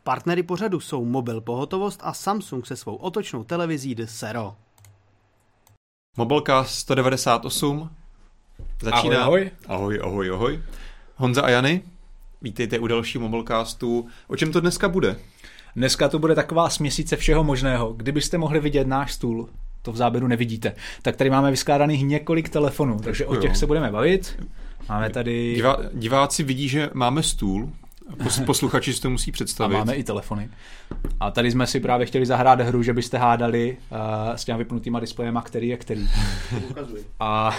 Partnery pořadu jsou Mobil Pohotovost a Samsung se svou otočnou televizí The Sero. Mobilcast 198 začíná. Ahoj. Ahoj. Honza a Jany, vítejte u dalšího Mobilcastu. O čem to dneska bude? Dneska to bude taková směsice všeho možného. Kdybyste mohli vidět náš stůl, to v záběru nevidíte, tak tady máme vyskládaných několik telefonů, takže o těch se budeme bavit. Máme tady... Diváci vidí, že máme stůl, posluchači si to musí představit. A máme i telefony. A tady jsme si právě chtěli zahrát hru, že byste hádali s těma vypnutýma displejema, který je který. A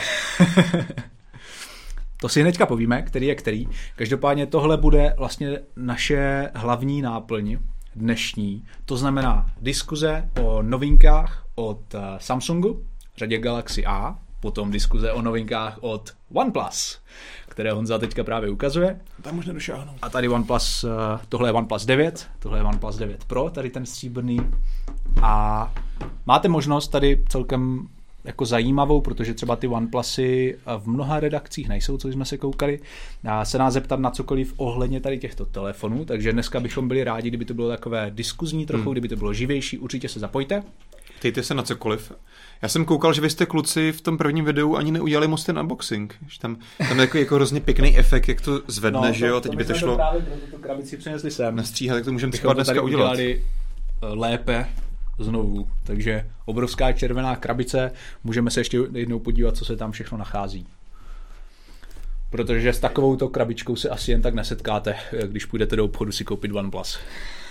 to si hnedka povíme, který je který. Každopádně tohle bude vlastně naše hlavní náplň dnešní. To znamená diskuze o novinkách od Samsungu, řadě Galaxy A, potom diskuze o novinkách od OnePlus, které Honza teďka právě ukazuje. Tam možná došáhnout. A tady OnePlus, tohle je OnePlus 9, tohle je OnePlus 9 Pro, tady ten stříbrný. A máte možnost tady celkem jako zajímavou, protože třeba ty OnePlusy v mnoha redakcích nejsou, co jsme se koukali, a se nás zeptat na cokoliv ohledně tady těchto telefonů, takže dneska bychom byli rádi, kdyby to bylo takové diskuzní trochu, kdyby to bylo živější, určitě se zapojte. Ptejte se na cokoliv. Já jsem koukal, že vy jste kluci v tom prvním videu ani neudělali moc ten unboxing. Tam je jako hrozně pěkný efekt, jak to zvedne, no, že jo, teď by to šlo. Právě pro tu krabici přinesli sem. Nastříhat, tak to můžeme třeba dneska udělat. Lépe znovu. Takže obrovská červená krabice, můžeme se ještě jednou podívat, co se tam všechno nachází. Protože s takovouto krabičkou se asi jen tak nesetkáte, když půjdete do obchodu si koupit OnePlus.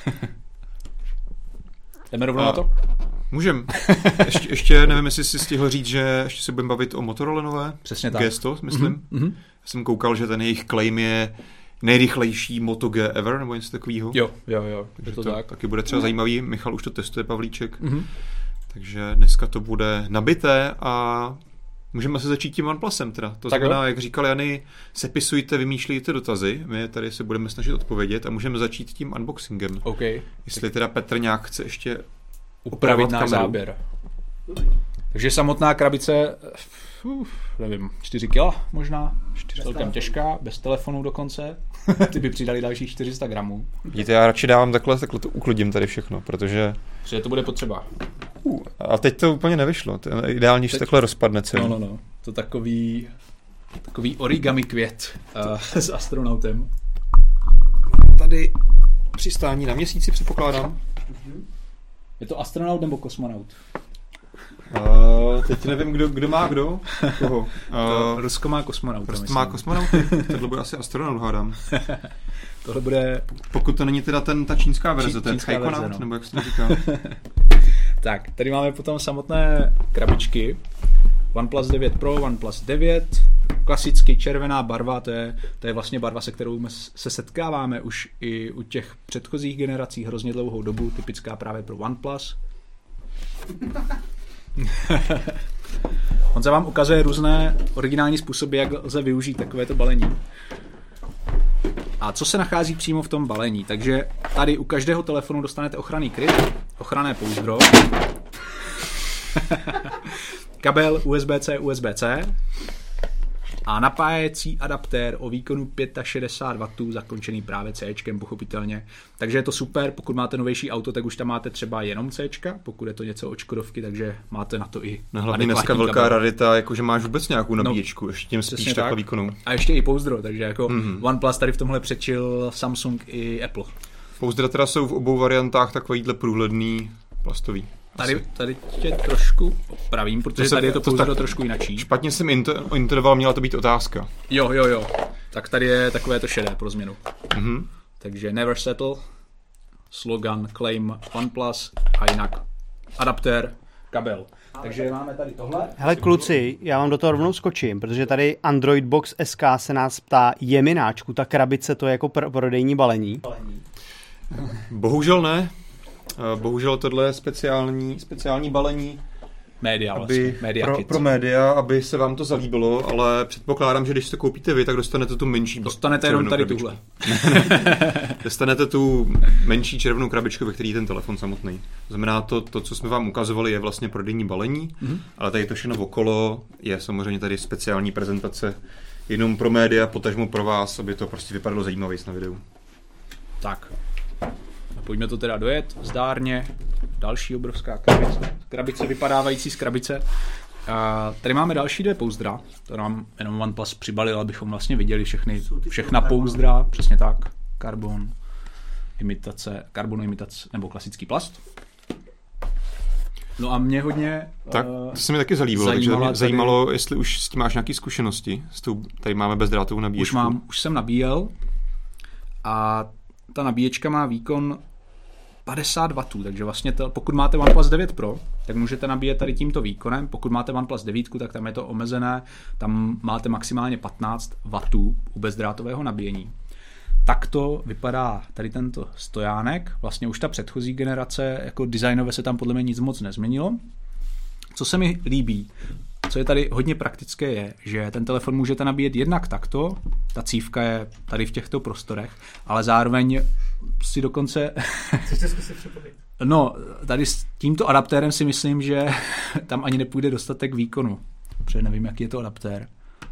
Jdeme rovnou na to? Můžem. Ještě nevím, jestli si stihl říct, že ještě se budeme bavit o Motorola nové. Přesně tak. G100, myslím. Mm-hmm. Já jsem koukal, že ten jejich claim je nejrychlejší Moto G ever, nebo něco takového. Jo. Takže to tak. Taky bude třeba zajímavý. Michal už to testuje, Pavlíček. Mm-hmm. Takže dneska to bude nabité a můžeme se začít tím OnePlusem teda. To tak znamená, jo. jak říkal Jany, sepisujte, vymýšlejte dotazy. My tady se budeme snažit odpovědět a můžeme začít tím unboxingem. Okay. Jestli teda Petr nějak chce ještě upravit náš záběr. Takže samotná krabice, nevím, 4 kg možná, celkem těžká, bez telefonu dokonce. Ty by přidali dalších 400 gramů. Vidíte, já radši dávám takhle to uklidím tady všechno, protože to bude potřeba. A teď to úplně nevyšlo, to je ideální, že takhle rozpadne celý. No, to takový origami květ s astronautem. Tady přistání na měsíci, předpokládám. Je to astronaut nebo kosmonaut? Teď nevím, kdo má kdo. Koho? Rusko má kosmonaut. Rusko má kosmonauty? Tohle bude asi astronaut, hádám. Tohle bude... Pokud to není teda ta čínská verze, to je Taikonaut, no. Nebo jak se to říká. Tak, tady máme potom samotné krabičky. OnePlus 9 Pro, OnePlus 9, klasicky červená barva, to je vlastně barva, se kterou se setkáváme už i u těch předchozích generací hrozně dlouhou dobu, typická právě pro OnePlus. On se vám ukazuje různé originální způsoby, jak lze využít takovéto balení. A co se nachází přímo v tom balení? Takže tady u každého telefonu dostanete ochranný kryt, ochranné pouzdro, kabel USB-C, USB-C a napájecí adaptér o výkonu 65 W zakončený právě C-čkem, pochopitelně. Takže je to super, pokud máte novější auto, tak už tam máte třeba jenom C-čka, pokud je to něco od Škodovky, takže máte na to i hlavně dneska velká rarita, jakože máš vůbec nějakou nabíječku, ještě tím spíš takhle výkonu. A ještě i pouzdro, takže jako OnePlus tady v tomhle předčil Samsung i Apple. Pouzdra teda jsou v obou variantách takovýhle průhledný plastový. Tady tě trošku opravím, protože tady je to pouzdro trošku jinačí. Špatně jsem interoval, měla to být otázka. Jo. Tak tady je takové to šedé pro změnu. Mm-hmm. Takže never settle, slogan, claim OnePlus a jinak adaptér, kabel. Takže máme tady tohle. Hele kluci, já vám do toho rovnou skočím, protože tady Android Box SK se nás ptá, je mináčku, ta krabice to je jako prodejní balení? Bohužel ne. Bohužel tohle je speciální balení média vlastně, pro média, aby se vám to zalíbilo, ale předpokládám, že když to koupíte vy, tak dostanete tu menší. Dostanete jenom tady tuhle. Dostanete tu menší červenou krabičku, ve který je ten telefon samotný. To znamená, to, co jsme vám ukazovali, je vlastně prodejní balení, ale tady to všechno okolo je samozřejmě tady speciální prezentace jenom pro média, potažmo pro vás, aby to prostě vypadalo zajímavě na videu. Tak. pojďme to teda dojet zdárně. Další obrovská krabice vypadávající z krabice. Tady máme další 2 pouzdra, to nám jenom OnePlus přibalil, abychom vlastně viděli všechna pouzdra, přesně tak, karbon imitace, nebo klasický plast. No a mě hodně tak to se mi taky zalíbilo, takže mě zajímalo, jestli už s tím máš nějaké zkušenosti. Tady máme bezdrátovou nabíječku. Už jsem nabíjel a ta nabíječka má výkon 50 W, takže vlastně pokud máte OnePlus 9 Pro, tak můžete nabíjet tady tímto výkonem. Pokud máte OnePlus 9, tak tam je to omezené, tam máte maximálně 15 W u bezdrátového nabíjení. Takto vypadá tady tento stojánek. Vlastně už ta předchozí generace, jako designově se tam podle mě nic moc nezměnilo. Co se mi líbí, co je tady hodně praktické, je, že ten telefon můžete nabíjet jednak takto, ta cívka je tady v těchto prostorech, ale zároveň si dokonce... Chcete zkusit připojit? No, tady s tímto adaptérem si myslím, že tam ani nepůjde dostatek výkonu, protože nevím, jaký je to adaptér.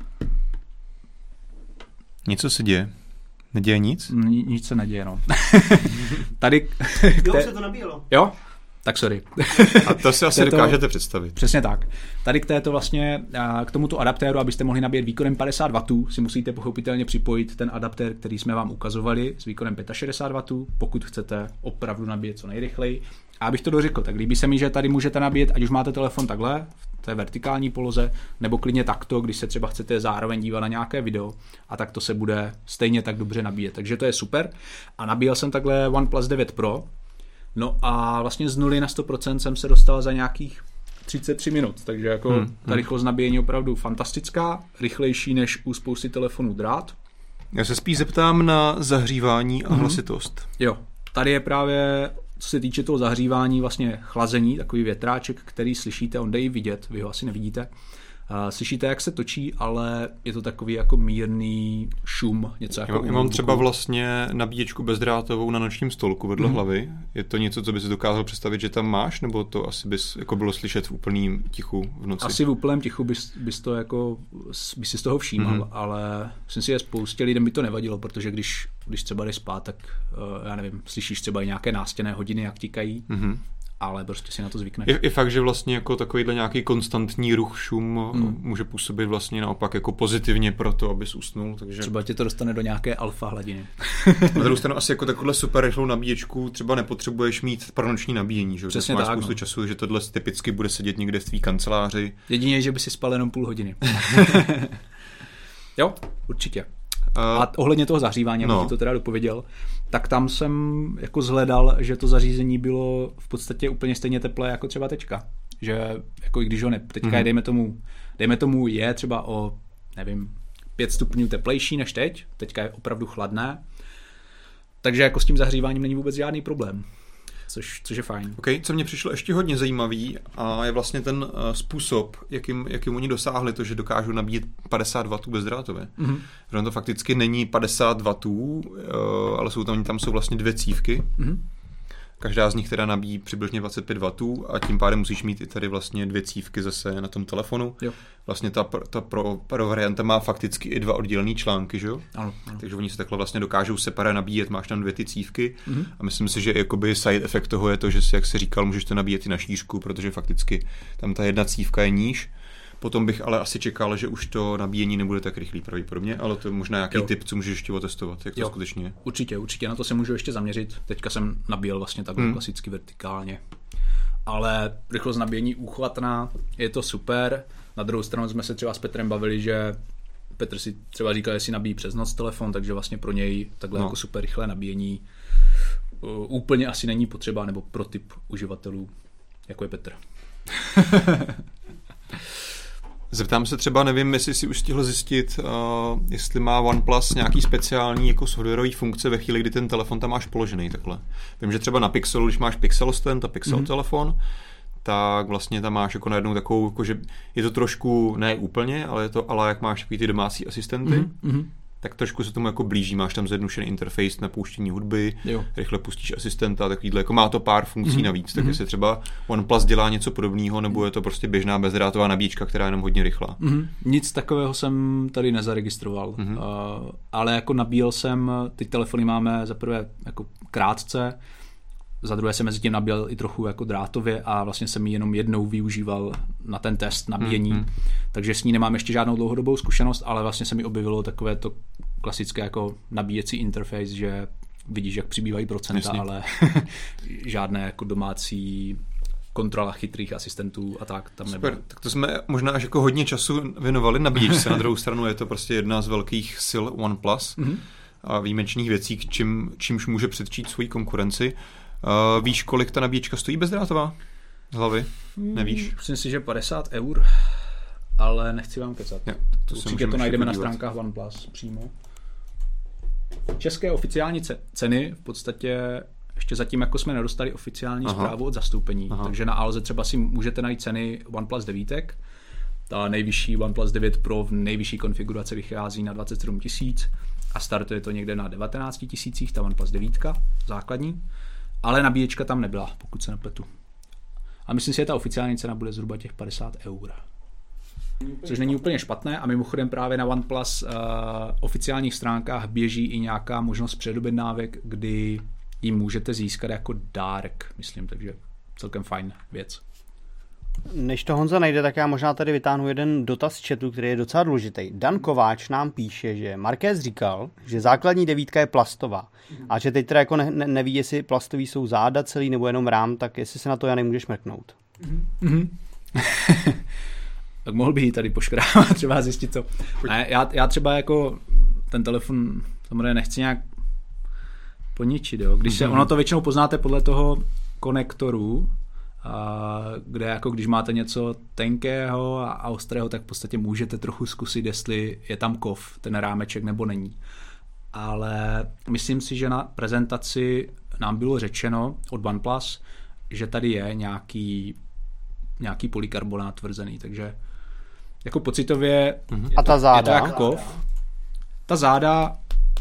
Něco se děje. Neděje nic? Nic se neděje, no. Tady... Jo, se to nabíjelo. Jo? Tak sorry. A to si asi dokážete představit. Přesně tak. Tady k této vlastně, k tomuto adaptéru, abyste mohli nabíjet výkonem 50 W, si musíte pochopitelně připojit ten adaptér, který jsme vám ukazovali s výkonem 65 W, pokud chcete opravdu nabíjet co nejrychleji. A abych to dořekl, tak líbí se mi, že tady můžete nabíjet, ať už máte telefon takhle, v té vertikální poloze, nebo klidně takto, když se třeba chcete zároveň dívat na nějaké video, a tak to se bude stejně tak dobře nabíjet. Takže to je super. A nabíjel jsem takhle OnePlus 9 Pro. No a vlastně z 0 na 100% jsem se dostal za nějakých 33 minut, takže jako ta rychlost nabíjení opravdu fantastická, rychlejší než u spousty telefonů drát. Já se spíš zeptám na zahřívání a hlasitost. Jo, tady je právě, co se týče toho zahřívání, vlastně chlazení, takový větráček, který slyšíte, on jde i vidět, vy ho asi nevidíte. Slyšíte, jak se točí, ale je to takový jako mírný šum, něco jako... Já mám třeba vlastně nabíječku bezdrátovou na nočním stolku vedle hlavy. Je to něco, co bys si dokázal představit, že tam máš, nebo to asi bys jako bylo slyšet v úplném tichu v noci? Asi v úplném tichu bys to jako, bys si z toho všímal, ale myslím si, že spoustě lidem by to nevadilo, protože když třeba jdeš spát, tak já nevím, slyšíš třeba i nějaké nástěnné hodiny, jak tikají. Ale prostě si na to zvykneš. Je fakt, že vlastně jako takovýhle nějaký konstantní ruch, šum může působit vlastně naopak jako pozitivně pro to, abys usnul. Takže... Třeba tě to dostane do nějaké alfa hladiny. Na druhou stranu asi jako takovhle super rychlou nabíječku třeba nepotřebuješ mít pro noční nabíjení, že? Přesně máš tak, spoustu času, že tohle typicky bude sedět někde v tvý kanceláři. Jedině, že by si spal jenom půl hodiny. Jo, určitě. A ohledně toho zahřívání, abych ti to teda dopověděl, tak tam jsem jako zhledal, že to zařízení bylo v podstatě úplně stejně teplé jako třeba teďka. Že jako i když ho teďka je, dejme tomu je třeba o, nevím, 5 stupňů teplejší než teďka je opravdu chladné, takže jako s tím zahříváním není vůbec žádný problém. Což je fajn. Okay, co mě přišlo ještě hodně zajímavý a je vlastně ten způsob, jakým oni dosáhli to, že dokážou nabíjet 50 W bezdrátově. Protože to fakticky není 50 W, ale tam jsou vlastně 2 cívky. Každá z nich teda nabíjí přibližně 25 W a tím pádem musíš mít i tady vlastně 2 cívky zase na tom telefonu. Jo. Vlastně ta pro varianta má fakticky i 2 oddělené články, že jo? Ano. Takže oni se takhle vlastně dokážou separé nabíjet, máš tam 2 ty cívky a myslím si, že jakoby side effect toho je to, že si, jak jsi říkal, můžeš to nabíjet i na šířku, protože fakticky tam ta jedna cívka je níž. Potom bych ale asi čekal, že už to nabíjení nebude tak rychlý pravděpodobně, ale to je možná nějaký tip, co můžeš ještě otestovat, jak to skutečně je. Určitě, na to se můžu ještě zaměřit. Teďka jsem nabíjel vlastně takhle klasicky vertikálně. Ale rychlost nabíjení úchvatná, je to super. Na druhou stranu jsme se třeba s Petrem bavili, že Petr si třeba říkal, že si nabíjí přes noc telefon, takže vlastně pro něj takhle jako super rychlé nabíjení úplně asi není potřeba, nebo pro typ uživatelů, jako je Petr. Zeptám se třeba, nevím, jestli si už stihl zjistit, jestli má OnePlus nějaký speciální jako softwarový funkce ve chvíli, kdy ten telefon tam máš položený takhle. Vím, že třeba na Pixelu, když máš Pixel Stand a Pixel telefon, tak vlastně tam máš jako najednou takovou, jako že je to trošku, ne úplně, ale je to ale jak máš takový ty domácí asistenty, tak trošku se tomu jako blíží, máš tam zjednodušený interface na pouštění hudby, rychle pustíš asistenta, takovýhle, jako má to pár funkcí navíc, tak jestli třeba OnePlus dělá něco podobného, nebo je to prostě běžná bezdrátová nabíječka, která je jenom hodně rychlá. Nic takového jsem tady nezaregistroval, ale jako nabíjel jsem, ty telefony máme zaprvé jako krátce za druhé jsem mezi tím nabíjel i trochu jako drátově a vlastně jsem ji jenom jednou využíval na ten test nabíjení, takže s ní nemám ještě žádnou dlouhodobou zkušenost, ale vlastně se mi objevilo takové to klasické jako nabíjecí interface, že vidíš, jak přibývají procenta, Jasně. ale žádné jako domácí kontrola chytrých asistentů a tak tam nebylo. Super, tak to jsme možná až jako hodně času věnovali nabíječce. Na druhou stranu je to prostě jedna z velkých sil OnePlus a výjimečných věcí, čímž může předčít svoji konkurenci. Víš, kolik ta nabíječka stojí bezdrátová? Z hlavy? Nevíš? Myslím si, že 50 €, ale nechci vám kecat. Jo, Určitě to najdeme na stránkách OnePlus přímo. České oficiální ceny v podstatě ještě zatím jako jsme nedostali oficiální zprávu od zastoupení, takže na Alze třeba si můžete najít ceny OnePlus 9. Ta nejvyšší OnePlus 9 Pro v nejvyšší konfiguraci vychází na 27 000 a startuje to někde na 19 000, ta OnePlus 9 základní, ale nabíječka tam nebyla, pokud se nepletu. A myslím si, že ta oficiální cena bude zhruba těch 50 €. Což není úplně špatné a mimochodem právě na OnePlus oficiálních stránkách běží i nějaká možnost předobjednávek, kdy ji můžete získat jako dárek, myslím, takže celkem fajn věc. Než to Honza najde, tak já možná tady vytáhnu jeden dotaz z chatu, který je docela důležitý. Dan Kováč nám píše, že Markéz říkal, že základní 9 je plastová a že teď teda jako neví, jestli plastový jsou záda celý nebo jenom rám, tak jestli se na to já nemůžeš mrknout. Tak mohl bych ji tady poškrávat, třeba zjistit to. Ne, já třeba jako ten telefon samozřejmě nechci nějak poničit, jo. Když se, ono to většinou poznáte podle toho konektoru, kde jako když máte něco tenkého a ostrého, tak v podstatě můžete trochu zkusit, jestli je tam kov, ten rámeček nebo není. Ale myslím si, že na prezentaci nám bylo řečeno od OnePlus, že tady je nějaký polykarbonát tvrzený, takže jako pocitově A ta záda? je to jak kov. Ta záda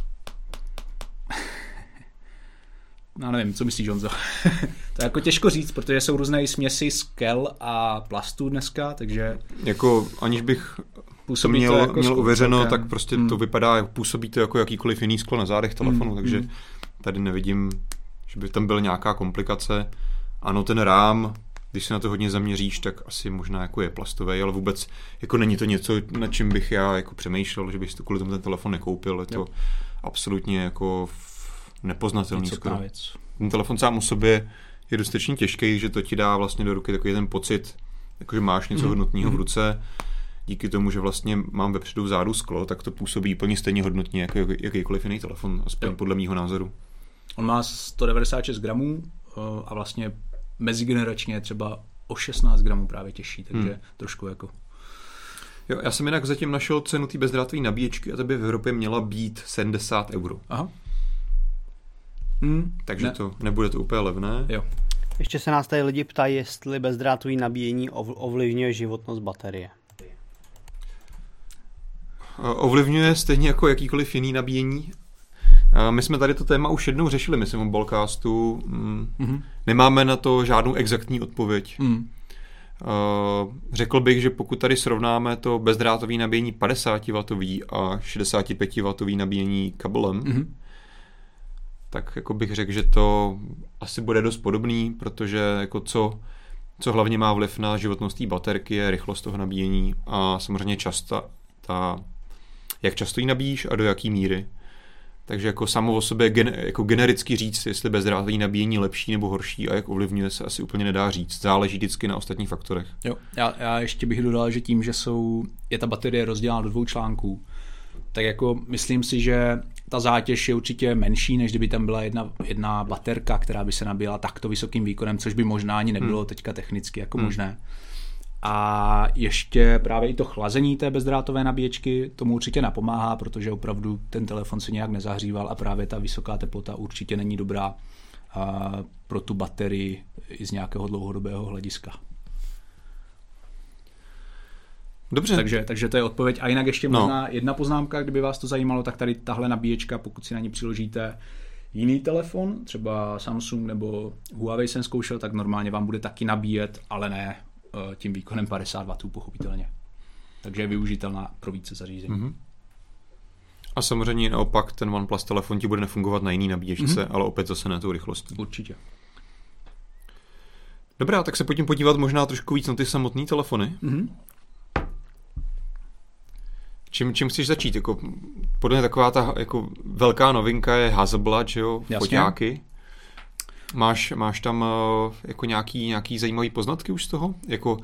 já nevím, co myslíš, Honzo? To je jako těžko říct, protože jsou různé směsi skel a plastů dneska, takže jako aniž bych to měl uvěřeno, tak prostě to vypadá, působí to jako jakýkoliv jiný sklo na zádech telefonu, takže tady nevidím, že by tam byla nějaká komplikace. Ano, ten rám, když se na to hodně zaměříš, tak asi možná jako je plastový, ale vůbec jako není to něco, na čím bych já jako přemýšlel, že bych si to kvůli tomu ten telefon nekoupil. Je to absolutně jako nepoznatelný skoro. Ten telefon sám o sobě je dostatečně těžký, že to ti dá vlastně do ruky takový ten pocit, jakože máš něco hodnotného v ruce. Díky tomu, že vlastně mám vepředu vzadu sklo, tak to působí úplně stejně hodnotně jako jakýkoliv jiný telefon, aspoň podle mýho názoru. On má 196 gramů a vlastně mezigeneračně je třeba o 16 gramů právě těžší, takže trošku jako... Jo, já jsem jinak zatím našel cenu té bezdrátové nabíječky a to by v Evropě měla být 70 €. Aha. Takže to nebude to úplně levné. Jo. Ještě se nás tady lidi ptají, jestli bezdrátový nabíjení ovlivňuje životnost baterie. Ovlivňuje stejně jako jakýkoliv jiný nabíjení. My jsme tady to téma už jednou řešili, myslím, o Ballcastu. Nemáme na to žádnou exaktní odpověď. Řekl bych, že pokud tady srovnáme to bezdrátové nabíjení 50W a 65W nabíjení kabelem, tak jako bych řekl, že to asi bude dost podobný, protože jako co hlavně má vliv na životnost té baterky je rychlost toho nabíjení a samozřejmě jak často ji nabíjíš a do jaký míry. Takže jako samo o sobě jako genericky říct, jestli bezdrátový nabíjení lepší nebo horší a jak ovlivňuje, se asi úplně nedá říct. Záleží vždycky na ostatních faktorech. Jo, já ještě bych dodal, že tím, že je ta baterie rozdělena do 2 článků, tak jako myslím si, že ta zátěž je určitě menší, než kdyby tam byla jedna baterka, která by se nabíjela takto vysokým výkonem, což by možná ani nebylo teďka technicky jako možné. A ještě právě i to chlazení té bezdrátové nabíječky tomu určitě napomáhá, protože opravdu ten telefon se nějak nezahříval a právě ta vysoká teplota určitě není dobrá pro tu baterii i z nějakého dlouhodobého hlediska. Dobře. Takže to je odpověď. A jinak ještě možná jedna poznámka, kdyby vás to zajímalo, tak tady tahle nabíječka, pokud si na ní přiložíte jiný telefon, třeba Samsung nebo Huawei jsem zkoušel, tak normálně vám bude taky nabíjet, ale ne tím výkonem 50 W pochopitelně. Takže je využitelná pro více zařízení. A samozřejmě naopak ten OnePlus telefon ti bude nefungovat na jiný nabíječce, ale opět zase na tou rychlostí. Určitě. Dobrá, tak se pojďme podívat možná trošku víc na ty samotné telefony. Mm-hmm. Čím chceš začít? Jako, podle mě taková ta jako velká novinka je Hasselblad, že jo, foťáky. Máš tam jako nějaký zajímavý poznatky už z toho? Jako,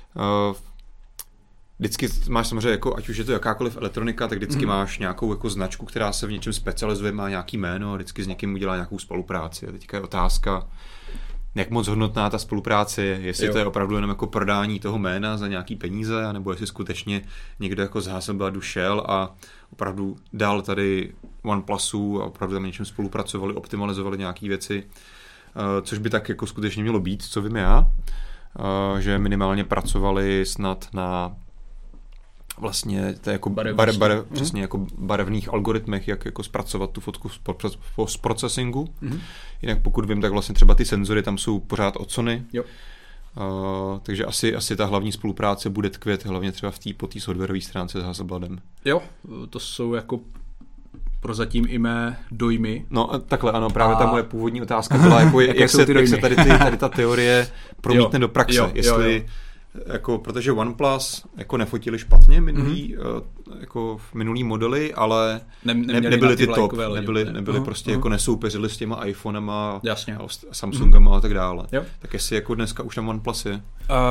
vždycky máš samozřejmě, jako, ať už je to jakákoliv elektronika, tak vždycky máš nějakou jako značku, která se v něčem specializuje, má nějaký jméno a vždycky s někým udělá nějakou spolupráci. A teďka je otázka, jak moc hodnotná ta spolupráce je, jestli to je opravdu jenom jako prodání toho jména za nějaký peníze, anebo jestli skutečně někdo jako z Hasselbladu šel a opravdu dal tady OnePlusu a opravdu tam něčem spolupracovali, optimalizovali nějaké věci, což by tak jako skutečně mělo být, co vím já, že minimálně pracovali snad na vlastně to jako přesně jako barevných algoritmech, jak jako zpracovat tu fotku z procesingu. Jinak pokud vím, tak vlastně třeba ty senzory tam jsou pořád od Sony. Takže asi ta hlavní spolupráce bude tkvět hlavně třeba po té softwarové stránce s Hasselbladem. Jo, to jsou jako prozatím i mé dojmy. No takhle, ano, právě ta moje původní otázka byla, jako jak se tady ta teorie promítne do praxe. Jestli jako, protože OnePlus jako nefotili špatně minulý modely, ale nebyly ty top, nebyly prostě jako nesoupeřili s těma iPhonema a Samsungama a tak dále. Tak jestli jako dneska už tam OnePlus je?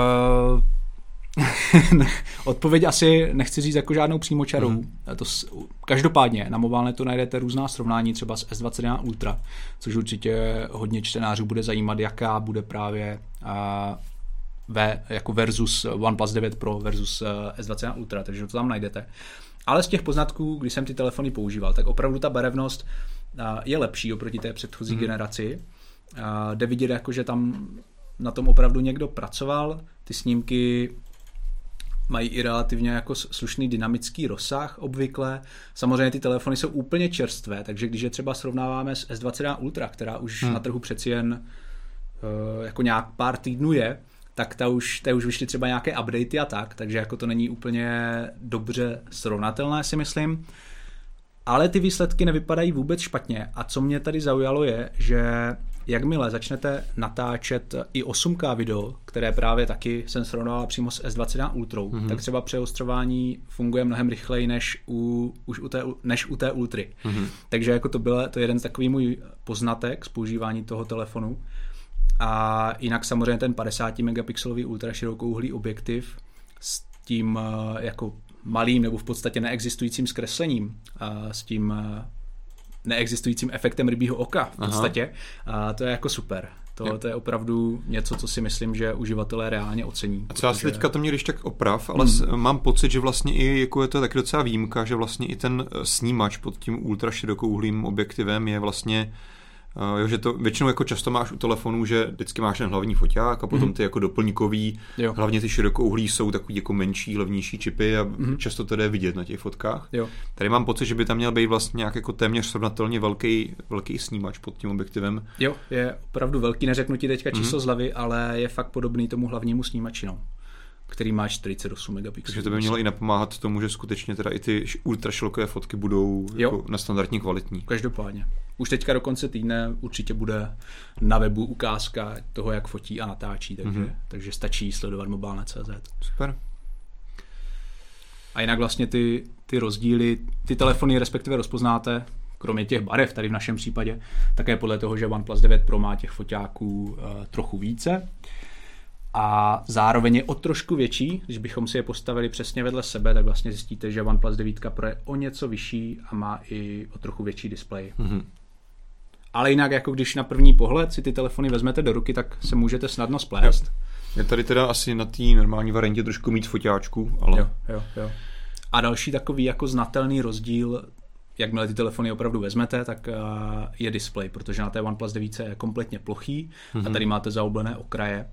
Odpověď asi nechci říct jako žádnou přímočarou. Každopádně na mobilnetu najdete různá srovnání třeba s S21 Ultra, což určitě hodně čtenářů bude zajímat, jaká bude právě jako versus OnePlus 9 Pro versus S21 Ultra, takže to tam najdete. Ale z těch poznatků, když jsem ty telefony používal, tak opravdu ta barevnost je lepší oproti té předchozí generaci. Jde vidět, jako, že tam na tom opravdu někdo pracoval. Ty snímky mají i relativně jako slušný dynamický rozsah obvykle. Samozřejmě ty telefony jsou úplně čerstvé, takže když je třeba srovnáváme s S21 Ultra, která už na trhu přeci jen jako nějak pár týdnů je, tak ta už vyšly třeba nějaké updaty a tak, takže jako to není úplně dobře srovnatelné, si myslím. Ale ty výsledky nevypadají vůbec špatně a co mě tady zaujalo je, že jakmile začnete natáčet i 8K video, které právě taky jsem srovnával přímo s S21 Ultrou, tak třeba přeostrování funguje mnohem rychleji než u té Ultry. Takže jako to je jeden z takový můj poznatek z používání toho telefonu. A jinak samozřejmě ten 50 megapixelový ultra širokouhlý objektiv s tím jako malým nebo v podstatě neexistujícím zkreslením, s tím neexistujícím efektem rybího oka v podstatě, to je jako super. To je opravdu něco, co si myslím, že uživatelé reálně ocení. A co já si teďka to mě když tak oprav, ale mám pocit, že vlastně i jako je to taky docela výjimka, že vlastně i ten snímač pod tím ultra širokouhlým objektivem je vlastně že to většinou jako často máš u telefonů, že vždycky máš ten hlavní foťák a potom ty jako doplňkový, hlavně ty širokouhlý jsou takový jako menší, levnější čipy a často to jde vidět na těch fotkách. Tady mám pocit, že by tam měl být vlastně nějak jako téměř srovnatelně velký snímač pod tím objektivem. Jo, je opravdu velký, neřeknu ti teďka číslo z hlavy, ale je fakt podobný tomu hlavnímu snímači, který má 48 megapixelů. Takže to by mělo i napomáhat tomu, že skutečně teda i ty ultraširoké fotky budou jako na standardní kvalitní. Každopádně. Už teďka do konce týdne určitě bude na webu ukázka toho, jak fotí a natáčí, takže stačí sledovat mobilne.cz. Super. A jinak vlastně ty rozdíly, ty telefony respektive rozpoznáte, kromě těch barev tady v našem případě, také podle toho, že OnePlus 9 Pro má těch foťáků trochu více. A zároveň je o trošku větší, když bychom si je postavili přesně vedle sebe, tak vlastně zjistíte, že OnePlus 9 Pro je o něco vyšší a má i o trochu větší displej. Ale jinak, jako když na první pohled si ty telefony vezmete do ruky, tak se můžete snadno splést. Je tady teda asi na té normální variantě trošku mít foťáčku, ale... Jo. A další takový jako znatelný rozdíl, jakmile ty telefony opravdu vezmete, tak je displej, protože na té OnePlus 9 je kompletně plochý a tady máte zaoblené okraje.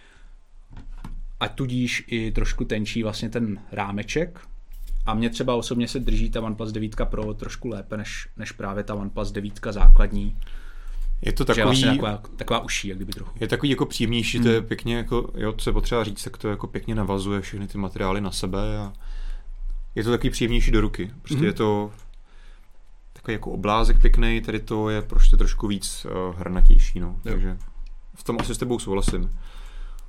A tudíž i trošku tenčí vlastně ten rámeček. A mě třeba osobně se drží ta OnePlus 9 Pro trošku lépe, než právě ta OnePlus 9 základní. Je to takový... Vlastně taková uší, jak kdyby trochu. Je takový jako příjemnější, to je pěkně jako, co je potřeba říct, tak to jako pěkně navazuje všechny ty materiály na sebe a je to takový příjemnější do ruky. Prostě je to takový jako oblázek pěkný, tady to je prostě trošku víc hrnatější, Takže v tom asi s tebou souhlasím.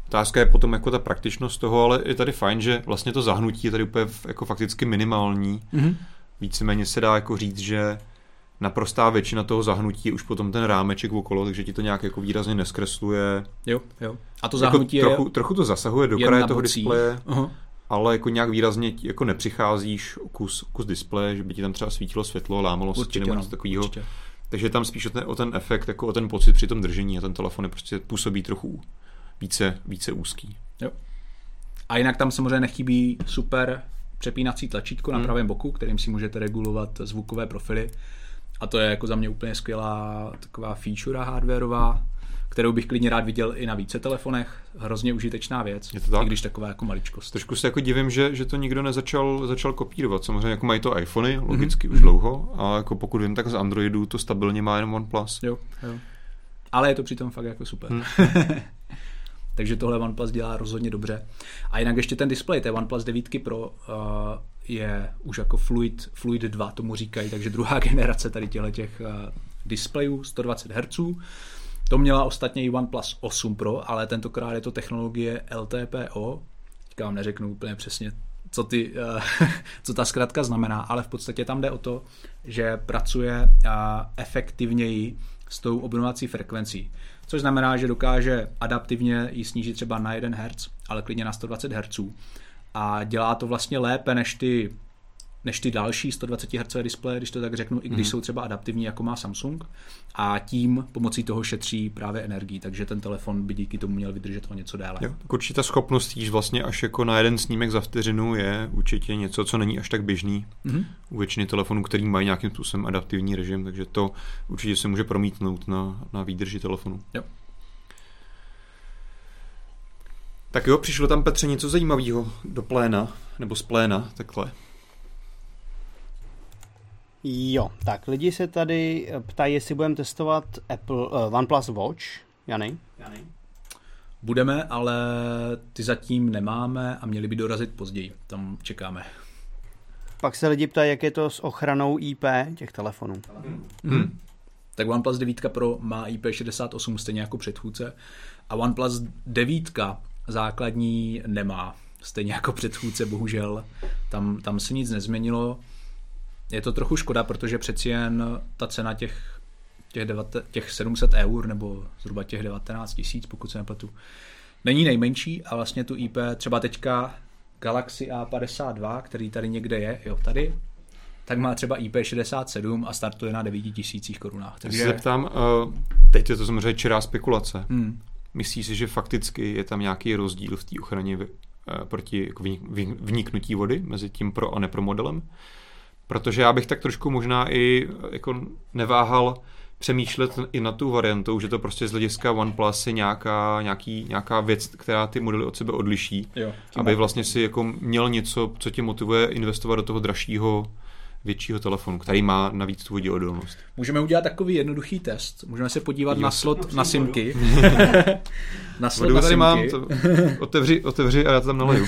Otázka je potom jako ta praktičnost toho, ale je tady fajn, že vlastně to zahnutí je tady úplně jako fakticky minimální. Víceméně se dá jako říct, že naprostá většina toho zahnutí je už potom ten rámeček okolo, takže ti to nějak jako výrazně neskresluje. Jo. A to zahnutí jako je trochu to zasahuje do kraje toho displeje, ale jako nějak výrazně jako nepřicházíš kus displeje, že by ti tam třeba svítilo světlo, lámalo se ti nebo něco takového. Takže tam spíš o ten efekt, jako o ten pocit při tom držení a ten telefon je prostě působí trochu více úzký. Jo. A jinak tam samozřejmě nechybí super přepínací tlačítko na pravém boku, kterým si můžete regulovat zvukové profily. A to je jako za mě úplně skvělá taková feature hardwareová, kterou bych klidně rád viděl i na více telefonech. Hrozně užitečná věc, je to tak? I když taková jako maličkost. Trošku se jako divím, že to nikdo začal kopírovat. Samozřejmě jako mají to iPhony, logicky už dlouho, a jako pokud vím, tak z Androidu to stabilně má jenom OnePlus. Jo. Ale je to přitom fakt jako super. Takže tohle OnePlus dělá rozhodně dobře. A jinak ještě ten displej té OnePlus 9 Pro je už jako Fluid 2, tomu říkají, takže druhá generace tady těch displejů 120 Hz. To měla ostatně i OnePlus 8 Pro, ale tentokrát je to technologie LTPO. Teďka vám neřeknu úplně přesně, co ta zkratka znamená, ale v podstatě tam jde o to, že pracuje efektivněji s tou obnovací frekvencí. Což znamená, že dokáže adaptivně ji snížit třeba na 1 Hz, ale klidně na 120 Hz. A dělá to vlastně lépe než ty další 120 Hz displeje, když to tak řeknu, i když jsou třeba adaptivní, jako má Samsung. A tím pomocí toho šetří právě energii, takže ten telefon by díky tomu měl vydržet o něco déle. Jo, tak určitě ta schopnost jít vlastně až jako na jeden snímek za vteřinu je určitě něco, co není až tak běžný u většiny telefonů, který mají nějakým způsobem adaptivní režim, takže to určitě se může promítnout na výdrži telefonu. Jo. Tak jo, přišlo tam, Petře, něco zajímavého do pléna, nebo z pléna, takhle. Jo, tak lidi se tady ptají, jestli budeme testovat OnePlus Watch. Jany? Budeme, ale ty zatím nemáme a měli by dorazit později. Tam čekáme. Pak se lidi ptají, jak je to s ochranou IP těch telefonů. Tak OnePlus 9 Pro má IP68 stejně jako předchůdce a OnePlus 9 základní nemá. Stejně jako předchůdce, bohužel. Tam se nic nezměnilo. Je to trochu škoda, protože přeci jen ta cena těch 700 eur nebo zhruba těch 19 000, pokud se nepletu, není nejmenší a vlastně tu IP třeba teďka Galaxy A52, který tady někde je, jo tady, tak má třeba IP67 a startuje na 9 000 korunách. Takže se zeptám, teď je to samozřejmě čirá spekulace. Myslíš si, že fakticky je tam nějaký rozdíl v té ochraně proti jako vniknutí vody mezi tím pro a nepro modelem? Protože já bych tak trošku možná i jako neváhal přemýšlet i na tu variantu, že to prostě z hlediska OnePlus je nějaká věc, která ty modely od sebe odliší, jo, aby vlastně si jako měl něco, co tě motivuje investovat do toho dražšího, většího telefonu, který má navíc tu voděodolnost. Můžeme udělat takový jednoduchý test. Můžeme se podívat na slot na simky. Na slot na tady simky. Mám, to otevři a já to tam naleju.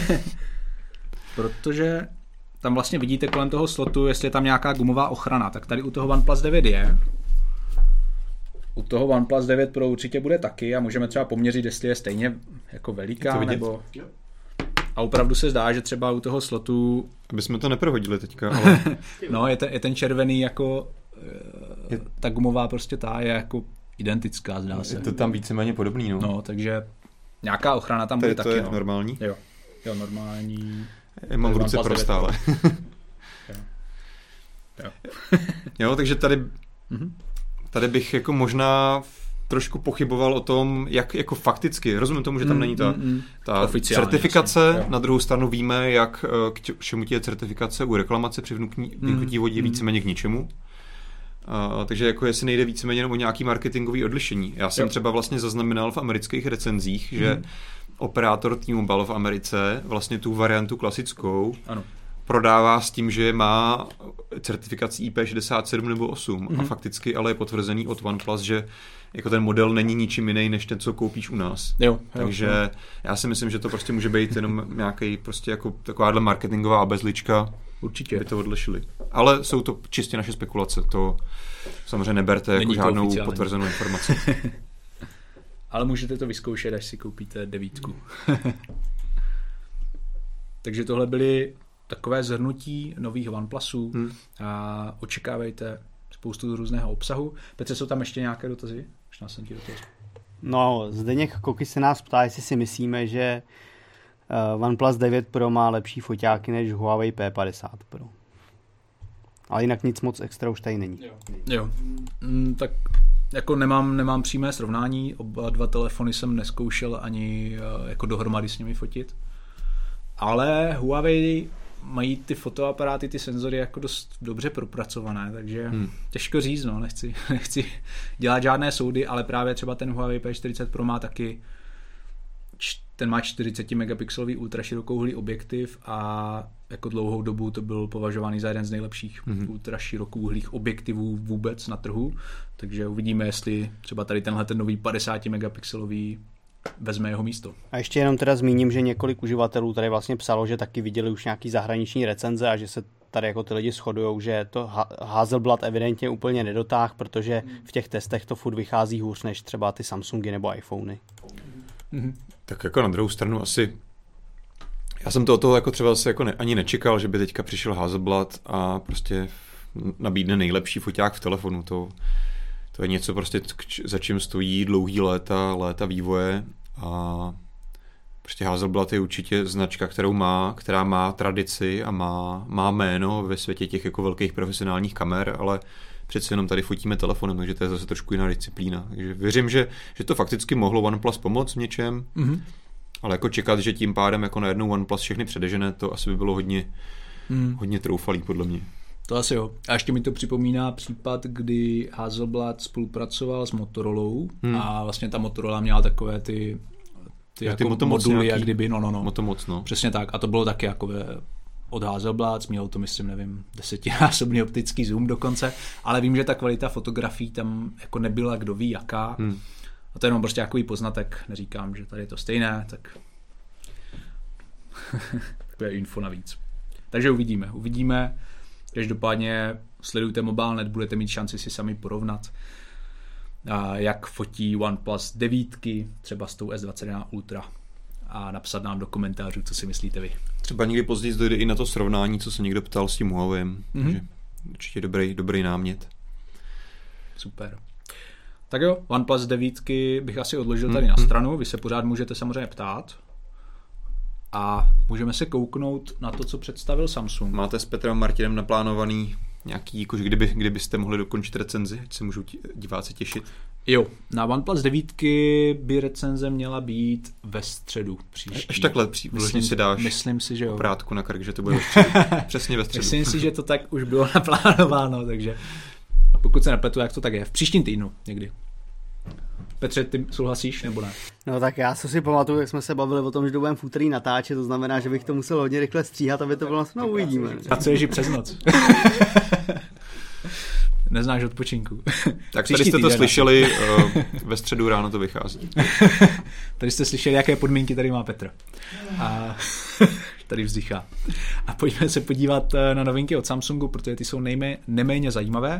Protože tam vlastně vidíte kolem toho slotu, jestli je tam nějaká gumová ochrana, tak tady u toho OnePlus 9 je. U toho OnePlus 9 Pro určitě bude taky a můžeme třeba poměřit, jestli je stejně jako veliká, nebo... A opravdu se zdá, že třeba u toho slotu... Aby jsme to neprohodili teďka, ale... No, je ten červený jako... Ta gumová prostě ta je jako identická, zdá se. Je to tam víceméně podobný, no. No, takže nějaká ochrana tam bude taky, to je normální? Jo, normální... Já mám v ruce pro stále. Jo, takže tady bych jako možná trošku pochyboval o tom, jak jako fakticky, rozumím tomu, že tam není ta certifikace, vlastně, na druhou stranu víme, jak k čemu je certifikace u reklamace při vnuknutí vodě víceméně k ničemu. Takže jako jestli nejde víceméně o nějaký marketingový odlišení. Já jsem třeba vlastně zaznamenal v amerických recenzích, že operátor T-Mobile v Americe vlastně tu variantu klasickou prodává s tím, že má certifikaci IP67 nebo 8 a fakticky ale je potvrzený od OnePlus, že jako ten model není ničím jiný, než ten, co koupíš u nás. Takže já si myslím, že to prostě může být jenom nějaký prostě jako takováhle marketingová bezlička. Určitě. By to odlišili. Ale jsou to čistě naše spekulace. To samozřejmě neberte jako žádnou potvrzenou informaci. Ale můžete to vyzkoušet, až si koupíte 9. Takže tohle byly takové zhrnutí nových OnePlusů a očekávejte spoustu různého obsahu. Petře, jsou tam ještě nějaké dotazy? Možná jsem ti do toho... No, Zdeněk Koky se nás ptá, jestli si myslíme, že OnePlus 9 Pro má lepší foťáky než Huawei P50 Pro. Ale jinak nic moc extra už tady není. Jo. Tak jako nemám přímé srovnání, oba dva telefony jsem neskoušel ani jako dohromady s nimi fotit. Ale Huawei mají ty fotoaparáty, ty senzory jako dost dobře propracované, takže těžko říct, no, nechci dělat žádné soudy, ale právě třeba ten Huawei P40 Pro má taky, ten má 40 megapixelový ultraširokouhlý objektiv a jako dlouhou dobu to byl považovaný za jeden z nejlepších ultraširokouhlých objektivů vůbec na trhu, takže uvidíme, jestli třeba tady tenhle ten nový 50 megapixelový vezme jeho místo. A ještě jenom teda zmíním, že několik uživatelů tady vlastně psalo, že taky viděli už nějaký zahraniční recenze a že se tady jako ty lidi shodujou, že to Hasselblad evidentně úplně nedotáh, protože v těch testech to furt vychází hůř než třeba ty Samsungy nebo iPhony. Tak jako na druhou stranu asi já jsem to od toho jako třeba asi jako ani nečekal, že by teďka přišel Hasselblad a prostě nabídne nejlepší foťák v telefonu. To je něco prostě, za čím stojí dlouhý léta vývoje a prostě Hasselblad je určitě značka, která má tradici a má jméno ve světě těch jako velkých profesionálních kamer, ale přece jenom tady fotíme telefonem, takže to je zase trošku jiná disciplína. Takže věřím, že to fakticky mohlo OnePlus pomoct v něčem, ale jako čekat, že tím pádem jako najednou OnePlus všechny předežene, to asi by bylo hodně troufalý podle mě. To asi jo. A ještě mi to připomíná případ, kdy Hasselblad spolupracoval s Motorolou a vlastně ta Motorola měla takové ty jako moduly, jak kdyby, Motomoc, no. Přesně tak. A to bylo taky jako od Hasselblad, mělo to, myslím, nevím, 10násobný optický zoom dokonce, ale vím, že ta kvalita fotografií tam jako nebyla kdo ví jaká. A to je jenom prostě takový poznatek. Neříkám, že tady je to stejné, tak takové info navíc. Takže uvidíme. Každopádně sledujte Mobilnet, budete mít šanci si sami porovnat, jak fotí OnePlus 9, třeba s tou S21 Ultra a napsat nám do komentářů, co si myslíte vy. Třeba někdy později dojde i na to srovnání, co se někdo ptal s tím Huawei, takže určitě dobrý námět. Super. Tak jo, OnePlus 9 bych asi odložil tady na stranu, vy se pořád můžete samozřejmě ptát. A můžeme se kouknout na to, co představil Samsung. Máte s Petrem a Martinem naplánovaný nějaký, jakože kdybyste mohli dokončit recenzi, ať se můžou diváci těšit? Jo, na OnePlus 9 by recenze měla být ve středu příští. Až takhle vložně si dáš myslím si, že jo. oprátku na krk, že to bude ve středu. Přesně ve středu. Myslím si, že to tak už bylo naplánováno, takže pokud se nepletu, jak to tak je. V příštím týdnu někdy. Petře, ty souhlasíš nebo ne? No tak já si pamatuju, jak jsme se bavili o tom, že to budeme v úterý natáčet, to znamená, že bych to musel hodně rychle stříhat, aby to bylo, no uvidíme. A co je, že přes noc? Neznáš odpočinku. Tak tady jste to slyšeli, ve středu ráno to vychází. Tady jste slyšeli, jaké podmínky tady má Petr. A tady vzdychá. A pojďme se podívat na novinky od Samsungu, protože ty jsou neméně zajímavé.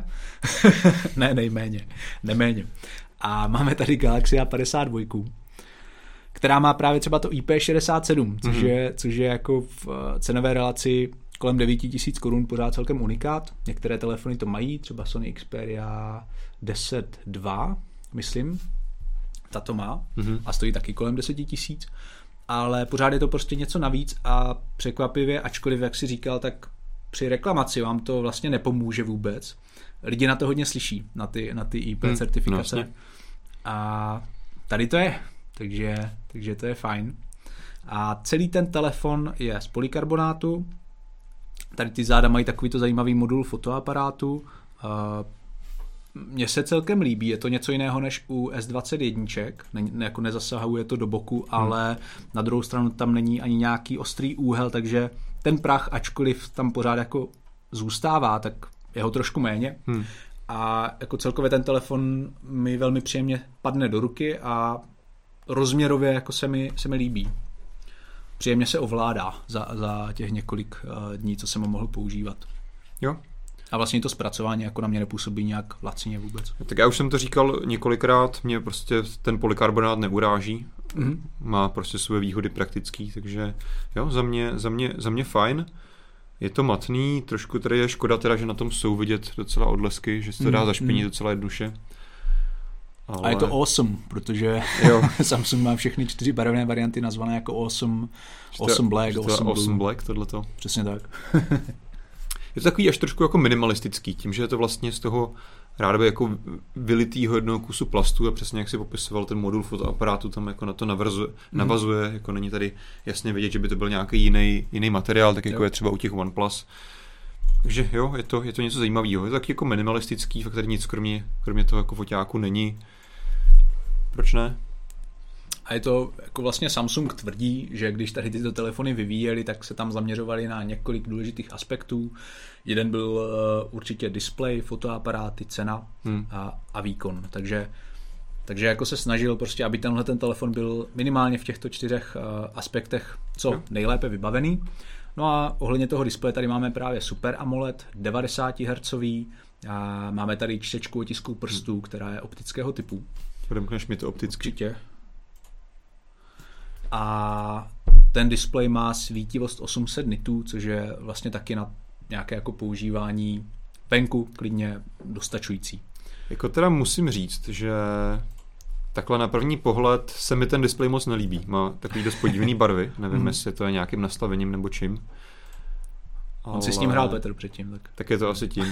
Neméně. A máme tady Galaxy A52, která má právě třeba to IP67, což je jako v cenové relaci kolem 9000 korun pořád celkem unikát. Některé telefony to mají, třeba Sony Xperia 10 II, myslím, ta to má a stojí taky kolem 10 000, ale pořád je to prostě něco navíc a překvapivě, ačkoliv, jak si říkal, tak při reklamaci vám to vlastně nepomůže vůbec. Lidi na to hodně slyší, na ty IP certifikace. No, a tady to je, takže to je fajn. A celý ten telefon je z polykarbonátu. Tady ty záda mají takovýto zajímavý modul fotoaparátu. Mně se celkem líbí, je to něco jiného než u S21, jako nezasahuje to do boku, ale na druhou stranu tam není ani nějaký ostrý úhel, takže ten prach, ačkoliv tam pořád jako zůstává, tak je ho trošku méně. A jako celkově ten telefon mi velmi příjemně padne do ruky a rozměrově jako se mi líbí. Příjemně se ovládá za těch několik dní, co jsem ho mohl používat. Jo. A vlastně to zpracování jako na mě nepůsobí nějak lacině vůbec. Tak já už jsem to říkal několikrát, mě prostě ten polykarbonát neuráží. Má prostě své výhody praktický, takže jo, za mě fajn. Je to matný, trošku tady je škoda teda, že na tom jsou vidět docela odlesky, že se to dá zašpinit docela jednoduše. Ale... A je to awesome, protože Samsung má všechny 4 barevné varianty nazvané jako awesome, awesome black, awesome black, tohleto. Přesně tak. Je to takový až trošku jako minimalistický, tím, že je to vlastně z toho rádoby jako vylitýho jednoho kusu plastu a přesně jak si popisoval ten modul fotoaparátu, tam jako na to navazuje, jako není tady jasně vidět, že by to byl nějaký jiný materiál, tak jako je třeba u těch OnePlus. Takže jo, je to něco zajímavého. Je to taky jako minimalistický, fakt tady nic kromě toho jako foťáku není. Proč ne? A je to, jako vlastně Samsung tvrdí, že když tady tyto telefony vyvíjeli, tak se tam zaměřovali na několik důležitých aspektů. Jeden byl určitě display, fotoaparáty, cena a výkon. Takže jako se snažil prostě, aby tenhle ten telefon byl minimálně v těchto 4 aspektech co nejlépe vybavený. No a ohledně toho displeje tady máme právě Super AMOLED, 90 Hz, a máme tady čtečku otisků prstů, která je optického typu. Odemkneš mi to opticky. Určitě. A ten displej má svítivost 800 nitů, což je vlastně taky na nějaké jako používání venku klidně dostačující. Jako teda musím říct, že takhle na první pohled se mi ten displej moc nelíbí. Má takový dost podivný barvy, nevím, jestli to je nějakým nastavením nebo čím. On si s ním hrál Petr předtím. Tak je to asi tím.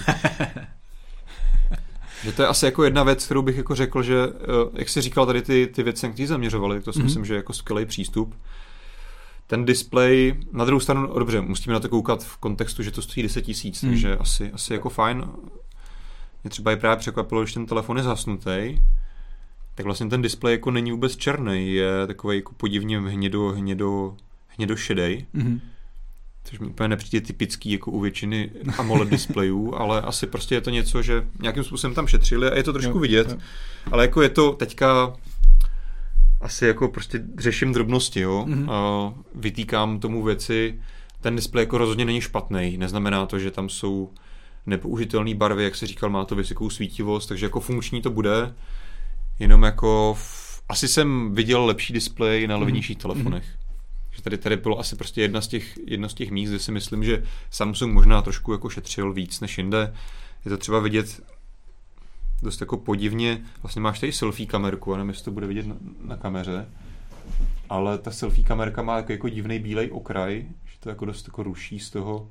Že to je asi jako jedna věc, kterou bych jako řekl, že jak jsi říkal tady ty věci, které zaměřovali, to si myslím, že je jako skvělý přístup. Ten displej, na druhou stranu, dobře, musíme na to koukat v kontextu, že to stojí 10 000, takže asi jako fajn. Mě třeba i právě překvapilo, když ten telefon je zhasnutý, tak vlastně ten displej jako není vůbec černý, je takový jako podivně hnědošedej. Což mi úplně nepřijde typický jako u většiny AMOLED displejů, ale asi prostě je to něco, že nějakým způsobem tam šetřili a je to trošku vidět, ale jako je to teďka asi jako prostě řeším drobnosti, jo. A vytýkám tomu věci, ten displej jako rozhodně není špatný, neznamená to, že tam jsou nepoužitelné barvy, jak se říkal, má to vysokou svítivost, takže jako funkční to bude, jenom jako asi jsem viděl lepší displej na levnějších telefonech. Že tady bylo asi prostě jedno z těch míst, kde si myslím, že Samsung možná trošku jako šetřil víc než jinde. Je to třeba vidět dost jako podivně, vlastně máš tady selfie kamerku, a nevím, jestli to bude vidět na kameře, ale ta selfie kamerka má jako divný bílej okraj, že to jako dost jako ruší z toho.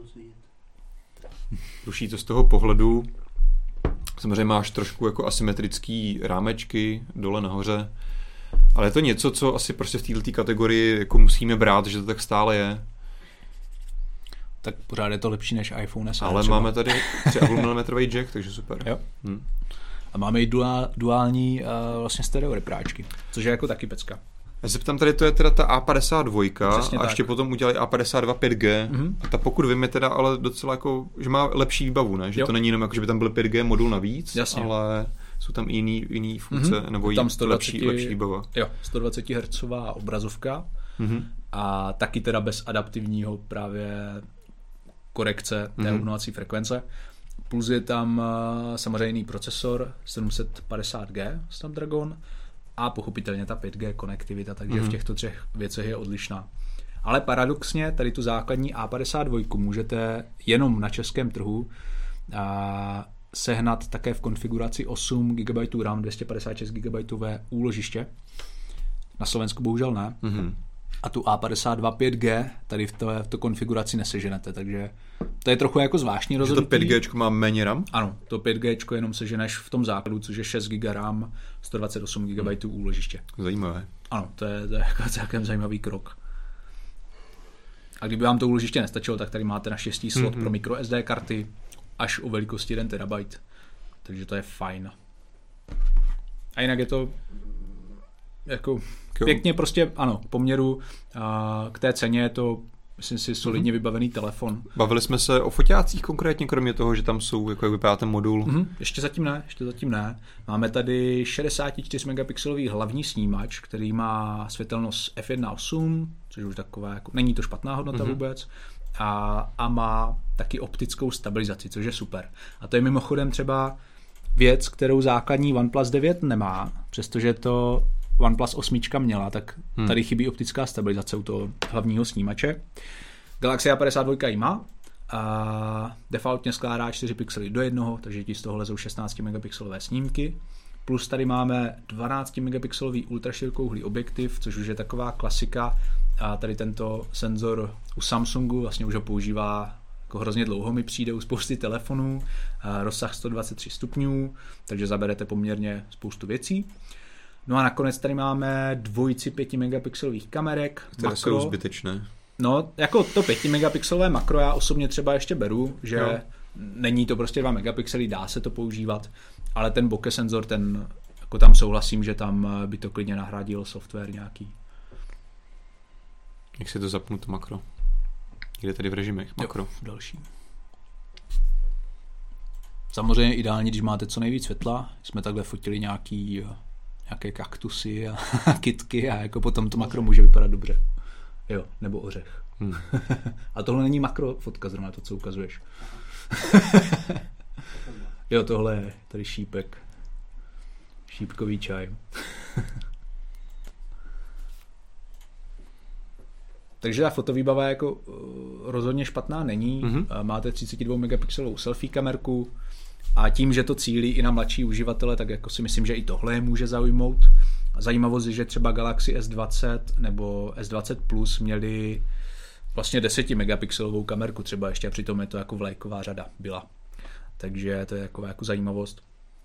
Ruší to z toho pohledu. Samozřejmě máš trošku jako asymetrický rámečky dole nahoře. Ale je to něco, co asi prostě v této kategorii jako musíme brát, že to tak stále je. Tak pořád je to lepší než iPhone SE. Ale třeba. Máme tady 3,5 mm jack, takže super. Jo. A máme i duální vlastně stereo repráčky, což je jako taky pecka. Já se ptám, tady to je teda ta A52 Přesně a tak. ještě potom udělali A52 5G. A ta pokud vím je teda ale docela jako, že má lepší výbavu, ne? Že to není jenom jako, že by tam byl 5G modul navíc, ale jsou tam jiný funkce, nebo tam lepší výbava. Jo, 120 Hz obrazovka a taky teda bez adaptivního právě korekce té obnovací frekvence. Plus je tam samozřejmě procesor 750G Snapdragon a pochopitelně ta 5G konektivita, takže v těchto 3 věcech je odlišná. Ale paradoxně tady tu základní A52 můžete jenom na českém trhu sehnat také v konfiguraci 8 GB RAM, 256 GB úložiště. Na Slovensku bohužel ne. A tu A52 5G tady v té konfiguraci neseženete, takže to je trochu jako zvláštní rozhodnutí. To 5G má méně RAM? Ano, to 5G jenom seženeš v tom základu, což je 6 GB RAM, 128 GB úložiště. Zajímavé. Ano, to je jako celkem zajímavý krok. A kdyby vám to úložiště nestačilo, tak tady máte naštěstí slot pro microSD karty až o velikosti 1 TB. Takže to je fajn. A jinak je to jako pěkně prostě, ano, poměru k té ceně je to, myslím si, solidně vybavený telefon. Bavili jsme se o foťácích konkrétně, kromě toho, že tam jsou, jako jak vypadá ten modul? Ještě zatím ne. Máme tady 64 megapixelový hlavní snímač, který má světelnost f1.8, což už takové, jako, není to špatná hodnota vůbec. a má taky optickou stabilizaci, což je super. A to je mimochodem třeba věc, kterou základní OnePlus 9 nemá, přestože to OnePlus 8 měla, tak tady chybí optická stabilizace u toho hlavního snímače. Galaxy A52 ji má a defaultně skládá 4 pixely do jednoho, takže ti z toho lezou 16 megapixelové snímky. Plus tady máme 12 megapixelový ultraširokouhlý objektiv, což už je taková klasika. A tady tento senzor u Samsungu vlastně už ho používá jako hrozně dlouho, mi přijde u spousty telefonů. Rozsah 123 stupňů, takže zaberete poměrně spoustu věcí. No a nakonec tady máme dvojici 5 megapixelových kamerek. Které jsou zbytečné. No, jako to 5 megapixelové makro já osobně třeba ještě beru, že není to prostě 2 megapixely, dá se to používat, ale ten bokeh senzor, ten, jako tam souhlasím, že tam by to klidně nahradil software nějaký. Jak si to zapnu, to makro? Kde tady v režimech makro? Jo, další. Samozřejmě ideálně, když máte co nejvíc světla, jsme takhle fotili nějaké kaktusy a kytky a jako potom to makro může vypadat dobře. Jo, nebo ořech. A tohle není makro fotka zrovna to, co ukazuješ. Jo, tohle je tady šípek. Šípkový čaj. Takže ta fotovýbava jako rozhodně špatná není. Máte 32 megapixelovou selfie kamerku a tím, že to cílí i na mladší uživatele, tak jako si myslím, že i tohle může zaujmout. Zajímavost je, že třeba Galaxy S20 nebo S20 Plus měli vlastně 10 megapixelovou kamerku třeba ještě a přitom je to jako vlajková řada byla. Takže to je jako zajímavost.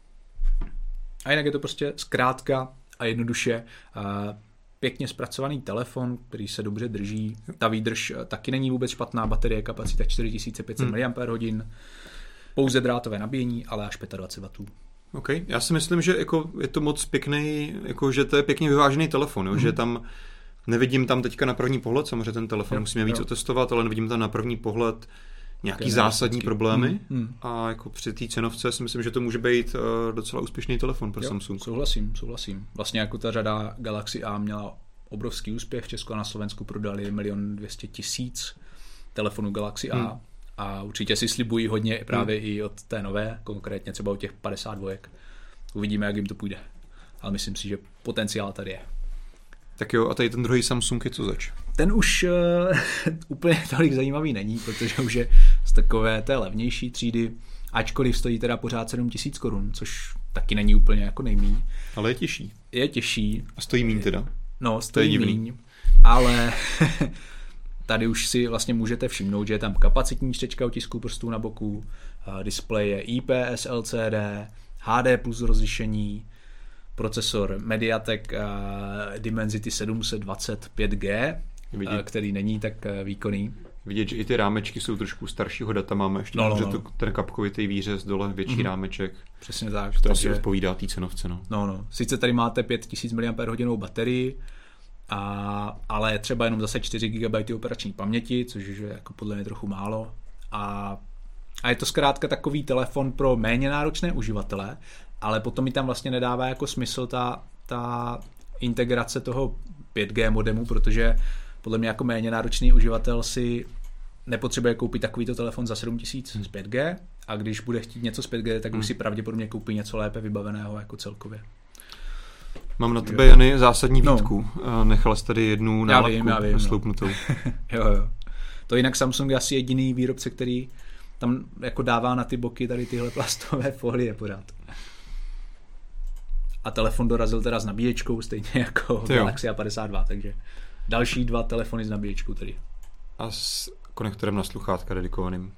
A jinak je to prostě zkrátka a jednoduše pěkně zpracovaný telefon, který se dobře drží. Ta výdrž taky není vůbec špatná, baterie kapacita 4500 mAh, pouze drátové nabíjení, ale až 25 W. OK, já si myslím, že jako je to moc pěkný, jako že to je pěkně vyvážený telefon, jo? Že tam nevidím tam teďka na první pohled, samozřejmě ten telefon musíme víc otestovat, ale nevidím tam na první pohled nějaký zásadní problémy a jako při té cenovce si myslím, že to může být docela úspěšný telefon pro Samsung. Souhlasím. Vlastně jako ta řada Galaxy A měla obrovský úspěch, v Česku a na Slovensku prodali 1 200 000 telefonů Galaxy A a určitě si slibují hodně právě i od té nové, konkrétně třeba od těch 52. Uvidíme, jak jim to půjde. Ale myslím si, že potenciál tady je. Tak jo, a tady ten druhý Samsung je co zač? Ten už úplně tolik zajímavý není, protože už je z takové té levnější třídy, ačkoliv stojí teda pořád 7 000 korun, což taky není úplně jako nejmíň. Ale je těžší. Je těžší. A stojí míň teda. No, stojí míň, ale tady už si vlastně můžete všimnout, že je tam kapacitní čtečka otisků prstů na boku, displej je IPS LCD, HD plus rozlišení, procesor Mediatek Dimensity 725G, který není tak výkonný. Vidět, že i ty rámečky jsou trošku staršího data, máme ještě ten kapkovitý výřez dole, větší rámeček. Přesně tak. To asi odpovídá té cenovce. No. Sice tady máte 5000 mAh baterii, ale třeba jenom zase 4 GB operační paměti, což je jako podle mě trochu málo. A je to zkrátka takový telefon pro méně náročné uživatele, ale potom mi tam vlastně nedává jako smysl ta integrace toho 5G modemu, protože podle mě jako méně náročný uživatel si nepotřebuje koupit takovýto telefon za 7 000 z 5G a když bude chtít něco z 5G, tak už si pravděpodobně koupí něco lépe vybaveného jako celkově. Mám na tebe, Jany, zásadní výtku. Nechal jsi tady jednu nálepku sloupnutou. Jo. To jinak Samsung je asi jediný výrobce, který tam jako dává na ty boky tady tyhle plastové folie pořád. A telefon dorazil teda s nabíječkou, stejně jako Galaxy A52, takže další 2 telefony s nabíječkou tedy. A s konektorem na sluchátka dedikovaným.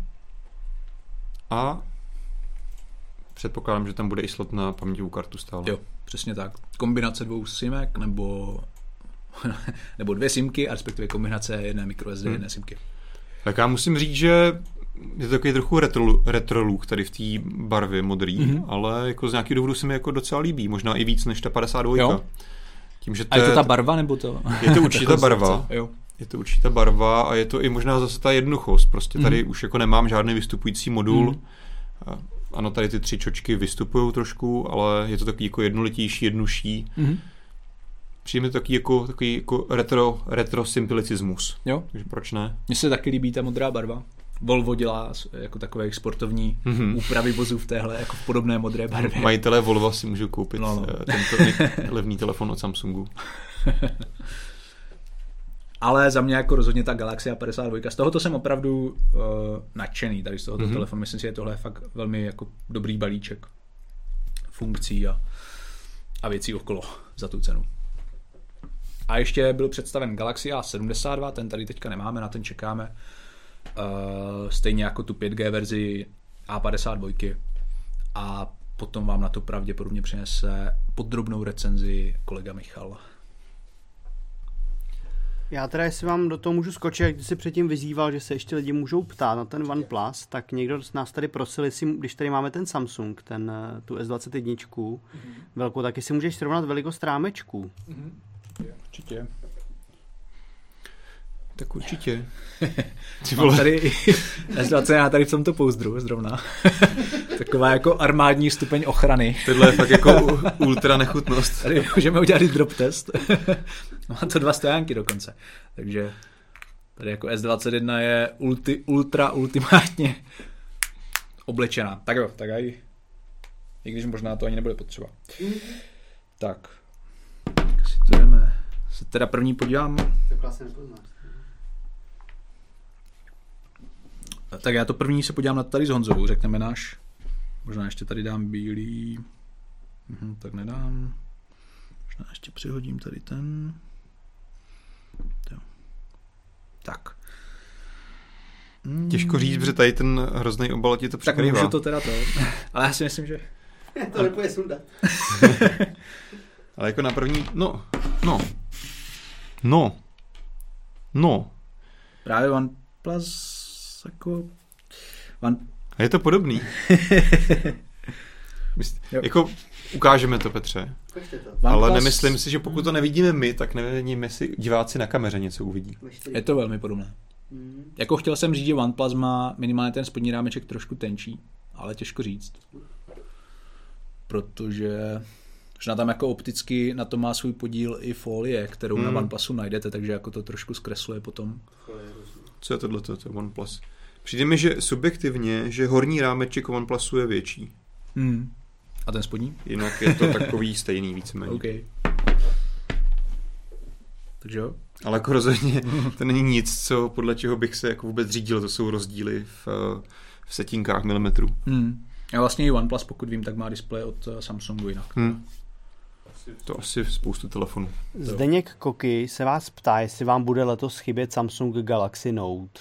A předpokládám, že tam bude i slot na paměťovou kartu stále. Jo, přesně tak. Kombinace 2 simek nebo 2 simky, a respektive kombinace jedné microSD, jedné simky. Tak já musím říct, že je to takový trochu retro look tady v té barvě modrý, ale jako z nějakého důvodu se mi jako docela líbí, možná i víc než ta 52. Jo. Tím, že a je to ta barva, nebo to? Je to určitě ta barva. Jo. Je to určitě ta barva a je to i možná zase ta jednoduchost. Prostě tady už jako nemám žádný vystupující modul. Ano, tady ty 3 čočky vystupují trošku, ale je to takový jako jednolitější, jednodušší. Přijde mi to takový jako retro simplicismus. Jo. Takže proč ne? Mně se taky líbí ta modrá barva. Volvo dělá jako takové sportovní úpravy vozů v téhle, jako v podobné modré barvě. Majitelé Volvo si můžou koupit tento levný telefon od Samsungu. Ale za mě jako rozhodně ta Galaxy A52. Z tohoto jsem opravdu nadšený, tady z tohoto telefonu. Myslím si, že tohle je fakt velmi jako dobrý balíček funkcí a věcí okolo za tu cenu. A ještě byl představen Galaxy A72, ten tady teďka nemáme, na ten čekáme. Stejně jako tu 5G verzi A52. A potom vám na to pravděpodobně přinese podrobnou recenzi kolega Michal. Já teda, jestli vám do toho můžu skočit, jak jsi předtím vyzýval, že se ještě lidi můžou ptát na ten OnePlus, tak někdo z nás tady prosil, když tady máme ten Samsung, tu S21 velkou, tak jestli můžeš srovnat velikost rámečků. Určitě. Tak určitě. Mám tady S20 tady v tomto pouzdru zrovna. Taková jako armádní stupeň ochrany. Tohle je fakt jako ultra nechutnost. Tady můžeme udělat i drop test. Má to 2 stojánky dokonce. Takže tady jako S21 je ultimátně oblečená. Tak jo, tak aj. I když možná to ani nebude potřeba. Tak si to jdeme. Se teda první podívám. Tak já to první se podívám na tady s Honzovou, řekneme náš. Možná ještě tady dám bílý. Tak nedám. Možná ještě přihodím tady ten. Jo. Tak. Těžko říct, protože tady ten hrozný obal ti to překrývá. Tak můžu to teda to. Ale já si myslím, že... To nepůjde sundat. Ale jako na první... No. Právě OnePlus jako... A je to podobný. Jako ukážeme to, Petře. Ale nemyslím si, že pokud to nevidíme my, tak nevíme, jestli diváci na kameře něco uvidí. Je to velmi podobné. Jako chtěl jsem říct, že OnePlus má minimálně ten spodní rámeček trošku tenčí, ale těžko říct. Protože na tam jako opticky na to má svůj podíl i folie, kterou na OnePlusu najdete, takže jako to trošku zkresluje potom. Co je tohleto? To je OnePlus. Přijde mi, že subjektivně, že horní rámeček OnePlusu je větší. A ten spodní? Jinak je to takový stejný víceméně. Okay. Takže jo. Ale jako rozhodně to není nic, co podle čeho bych se jako vůbec řídil. To jsou rozdíly v setinkách milimetrů. A vlastně i OnePlus, pokud vím, tak má displej od Samsungu jinak. To asi spoustu telefonů. Zdeněk Koky se vás ptá, jestli vám bude letos chybět Samsung Galaxy Note.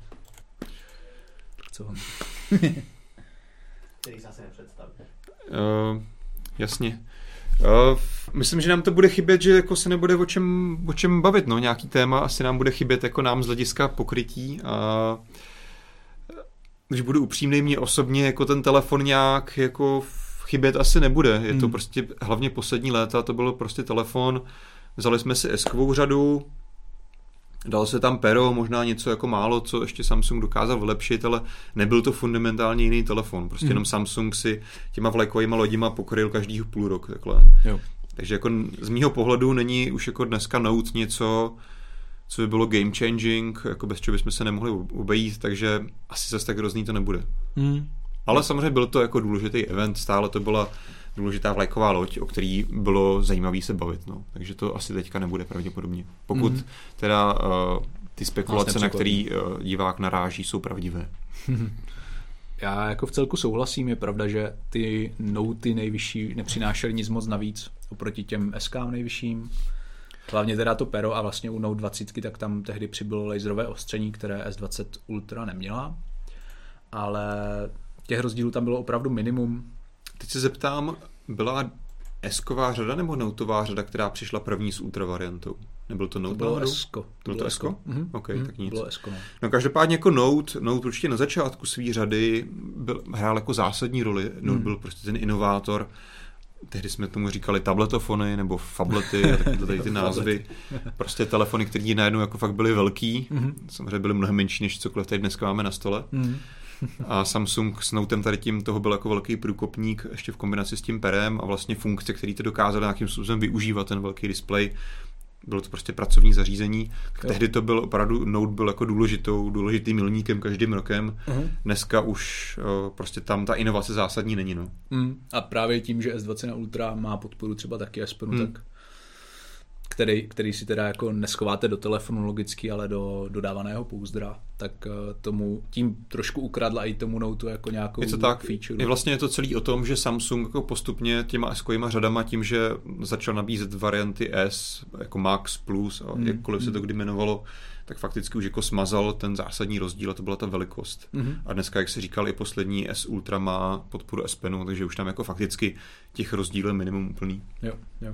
Co vám? Který se asi nepředstaví. Jasně. Myslím, že nám to bude chybět, že jako se nebude o čem bavit. No. Nějaký téma asi nám bude chybět jako nám z hlediska pokrytí. A když budu upřímný, mě osobně jako ten telefon nějak jako chybět asi nebude. Je to prostě hlavně poslední léta, to byl prostě telefon. Vzali jsme si S-kovou řadu, dal se tam pero, možná něco jako málo, co ještě Samsung dokázal vylepšit, ale nebyl to fundamentálně jiný telefon. Prostě jenom Samsung si těma vlajkovýma lodima pokryl každý půl rok. Takhle. Jo. Takže jako z mýho pohledu není už jako dneska Note něco, co by bylo game changing, jako bez čeho bychom se nemohli obejít, takže asi zase tak hrozný to nebude. Ale samozřejmě byl to jako důležitý event, stále to byla důležitá vlajková loď, o který bylo zajímavý se bavit. No. Takže to asi teďka nebude pravděpodobně. Pokud teda ty spekulace, na který divák naráží, jsou pravdivé. Já jako v celku souhlasím, je pravda, že ty Noty nejvyšší nepřinášely nic moc navíc oproti těm SKám nejvyšším. Hlavně teda to pero a vlastně u Note 20, tak tam tehdy přibylo laserové ostření, které S20 Ultra neměla. Ale těch rozdílů tam bylo opravdu minimum. Teď se zeptám, byla S-ková řada nebo Noteová řada, která přišla první s Ultra variantou? Nebyl to Note? To bylo S-ko. Bylo to S-ko? OK, tak nic. Bylo S-ko, no. No každopádně jako Note určitě na začátku své řady hrál jako zásadní roli. Note byl prostě ten inovátor. Tehdy jsme tomu říkali tabletofony nebo fablety a taky tady ty názvy. Prostě telefony, které najednou jako fakt byly velký. Samozřejmě byly mnohem menší, než cokoliv tady dneska máme na stole. A Samsung s Notem tady tím toho byl jako velký průkopník ještě v kombinaci s tím perem a vlastně funkce, které to dokázaly nějakým způsobem využívat, ten velký displej. Bylo to prostě pracovní zařízení. Tehdy to byl opravdu, Note byl jako důležitým milníkem každým rokem. Dneska už prostě tam ta inovace zásadní není. No. A právě tím, že S20 Ultra má podporu třeba taky S Penu, tak který si teda jako neschováte do telefonu logicky, ale do dodávaného pouzdra, tak tomu tím trošku ukradla i tomu Note jako nějakou feature. Vlastně je to celý o tom, že Samsung jako postupně těma S-kovýma řadama tím, že začal nabízet varianty S, jako Max, Plus a jakkoliv se to kdy jmenovalo, tak fakticky už jako smazal ten zásadní rozdíl a to byla ta velikost. A dneska, jak se říkal, i poslední S Ultra má podporu S Penu, takže už tam jako fakticky těch rozdílů je minimum úplný. Jo.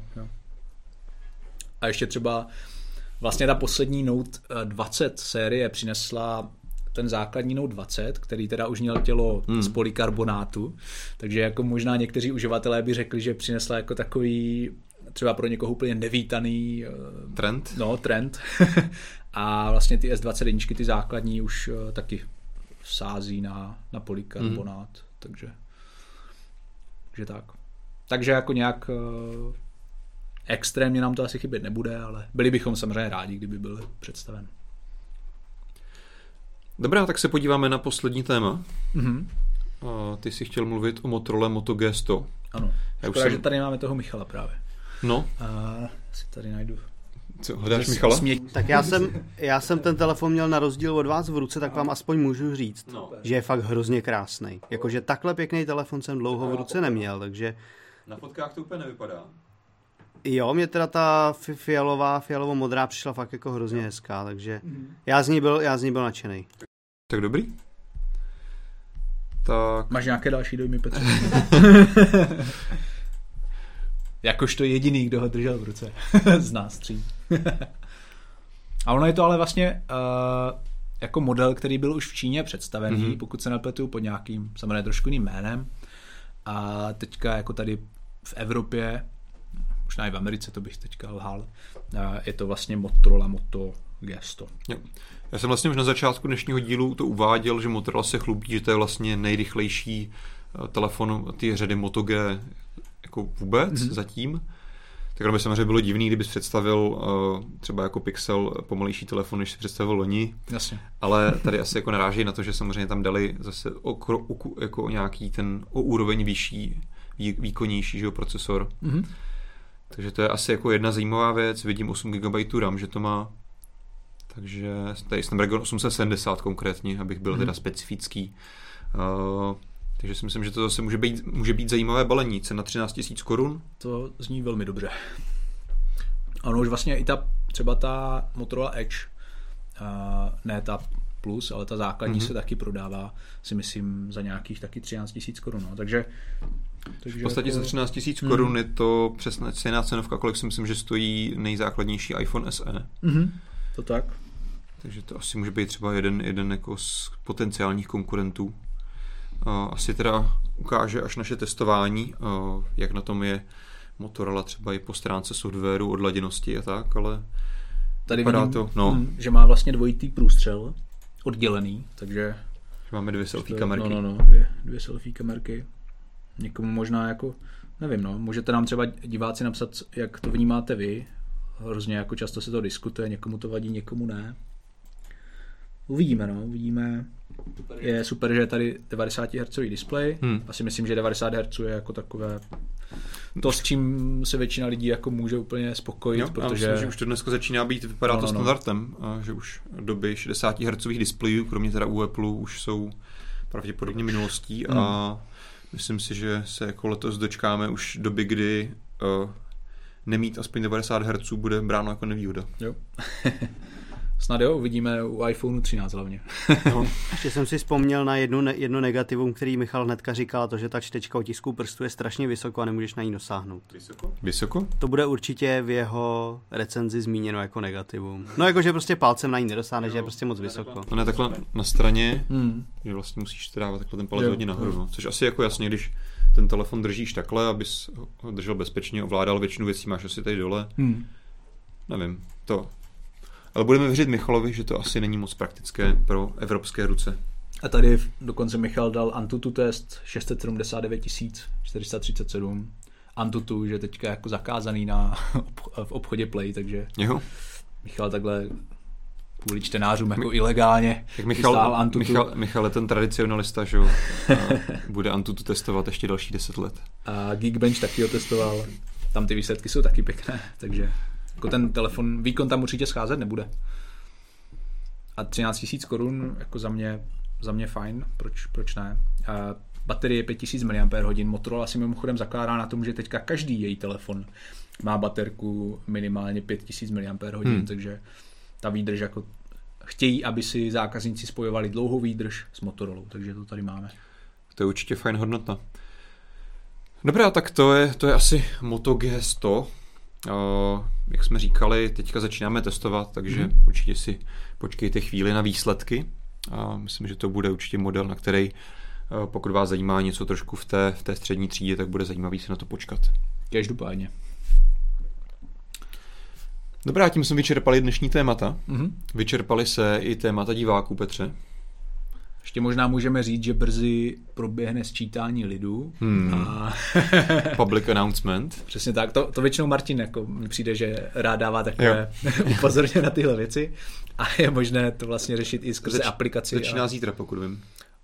A ještě třeba vlastně ta poslední Note 20 série přinesla ten základní Note 20, který teda už měl tělo z polykarbonátu, takže jako možná někteří uživatelé by řekli, že přinesla jako takový třeba pro někoho úplně nevítaný trend. Trend. A vlastně ty S21, ty základní už taky sází na polykarbonát, takže tak. Takže jako nějak extrémně nám to asi chybět nebude, ale byli bychom samozřejmě rádi, kdyby byl představen. Dobrá, tak se podíváme na poslední téma. Ty jsi chtěl mluvit o Motorola Moto G100. Ano, škoda, že tady máme toho Michala právě. No. Si tady najdu. Co, hledáš Michala? Tak já jsem ten telefon měl na rozdíl od vás v ruce, tak vám aspoň můžu říct, že je fakt hrozně krásný. Jakože takhle pěkný telefon jsem dlouho v ruce neměl, takže... Na fotkách to úplně nevypadá. Jo, mě teda ta fialovo-modrá přišla fakt jako hrozně hezká, takže já z ní byl nadšenej. Tak dobrý. Tak... Máš nějaké další dojmy, Petře? Jakožto jediný, kdo ho držel v ruce z nás tří. A ono je to ale vlastně jako model, který byl už v Číně představený, pokud se nepletu, pod nějakým samozřejmě trošku jiným jménem. A teďka jako tady v Evropě, možná i v Americe, to bych teďka lhal, je to vlastně Motorola Moto G100. Jo. Já jsem vlastně už na začátku dnešního dílu to uváděl, že Motorola se chlubí, že to je vlastně nejrychlejší telefon té řady Moto G jako vůbec zatím. Tak by samozřejmě bylo divný, kdybys představil třeba jako Pixel pomalejší telefon, než si představil loni. Jasně. Ale tady asi jako naráží na to, že samozřejmě tam dali zase jako nějaký ten o úroveň vyšší, výkonnější, že procesor. Takže to je asi jako jedna zajímavá věc. Vidím 8 GB RAM, že to má. Takže tady Snapdragon 870 konkrétně, abych byl teda specifický. Takže si myslím, že to zase může být zajímavé balení. Cena 13 000 korun. To zní velmi dobře. Ano, už vlastně i třeba ta Motorola Edge, ne ta Plus, ale ta základní se taky prodává, si myslím, za nějakých taky 13 000 korun. No. Takže v podstatě jako... za 13 000 korun je to přesně stejná cenovka, kolik si myslím, že stojí nejzákladnější iPhone SE. To tak. Takže to asi může být třeba jeden jako z potenciálních konkurentů. Asi teda ukáže až naše testování, jak na tom je Motorola třeba i po stránce softwaru, odladěnosti a tak, ale tady vidím, že má vlastně dvojitý průstřel oddělený, takže máme dvě selfie kamerky. Dvě selfie kamerky. Někomu možná jako, nevím, můžete nám třeba diváci napsat, jak to vnímáte vy. Hrozně jako často se to diskutuje, někomu to vadí, někomu ne. Uvidíme. Je super, že je tady 90 Hz displej. Asi myslím, že 90 Hz je jako takové to, s čím se většina lidí jako může úplně spokojit, protože... Myslím, že už to dneska začíná být, vypadá to standardem, že už doby 60 Hz displejů, kromě teda u Apple, už jsou pravděpodobně minulostí a myslím si, že se jako letos dočkáme už doby, kdy nemít aspoň 90 Hz bude bráno jako nevýhoda. Jo. Snad jo, uvidíme u iPhoneu 13 hlavně. Ještě jsem si vzpomněl na jedno negativum, který Michal hnedka říkal, to, že ta čtečka otisků prstů je strašně vysoko a nemůžeš na ní dosáhnout. Vysoko? To bude určitě v jeho recenzi zmíněno jako negativum. No jakože prostě palcem na ní nedosáhneš, že je prostě moc vysoko. No ne, takhle na straně, že vlastně musíš dávat takhle ten palec hodně nahoru. No. Což asi jako jasně, když ten telefon držíš takhle, abys ho držel bezpečně, ovládal většinu věcí, máš asi tady dole. Nevím, to... Ale budeme věřit Michalovi, že to asi není moc praktické pro evropské ruce. A tady dokonce Michal dal Antutu test 679 437. Antutu, že teďka jako zakázaný v obchodě Play, takže Jo. Michal takhle kvůli čtenářům jako ilegálně Tak vystál Antutu. Michal je ten tradicionalista, že jo, bude Antutu testovat ještě další 10 let. A Geekbench taky ho testoval. Tam ty výsledky jsou taky pěkné, takže jako ten telefon, výkon tam určitě scházet nebude. A 13 000 korun jako za mě fajn, proč ne. A baterie 5000 mAh, Motorola si mimochodem zakládá na tom, že teďka každý její telefon má baterku minimálně 5000 mAh, takže ta výdrž jako chtějí, aby si zákazníci spojovali dlouhou výdrž s Motorolou, takže to tady máme. To je určitě fajn hodnota. Dobrá, tak to je asi Moto G100. Jak jsme říkali, teďka začínáme testovat, takže určitě si počkejte chvíli na výsledky. Myslím, že to bude určitě model, na který, pokud vás zajímá něco trošku v té střední třídě, tak bude zajímavý se na to počkat. Každopádně. Dobrá, tím jsme vyčerpali dnešní témata. Vyčerpali se i témata diváků, Petře. Ještě možná můžeme říct, že brzy proběhne sčítání lidu. A... Public announcement. Přesně tak. To většinou Martin jako mi přijde, že rád dává takové upozorně na tyhle věci. A je možné to vlastně řešit i skrze aplikaci. Začíná zítra, pokud vím.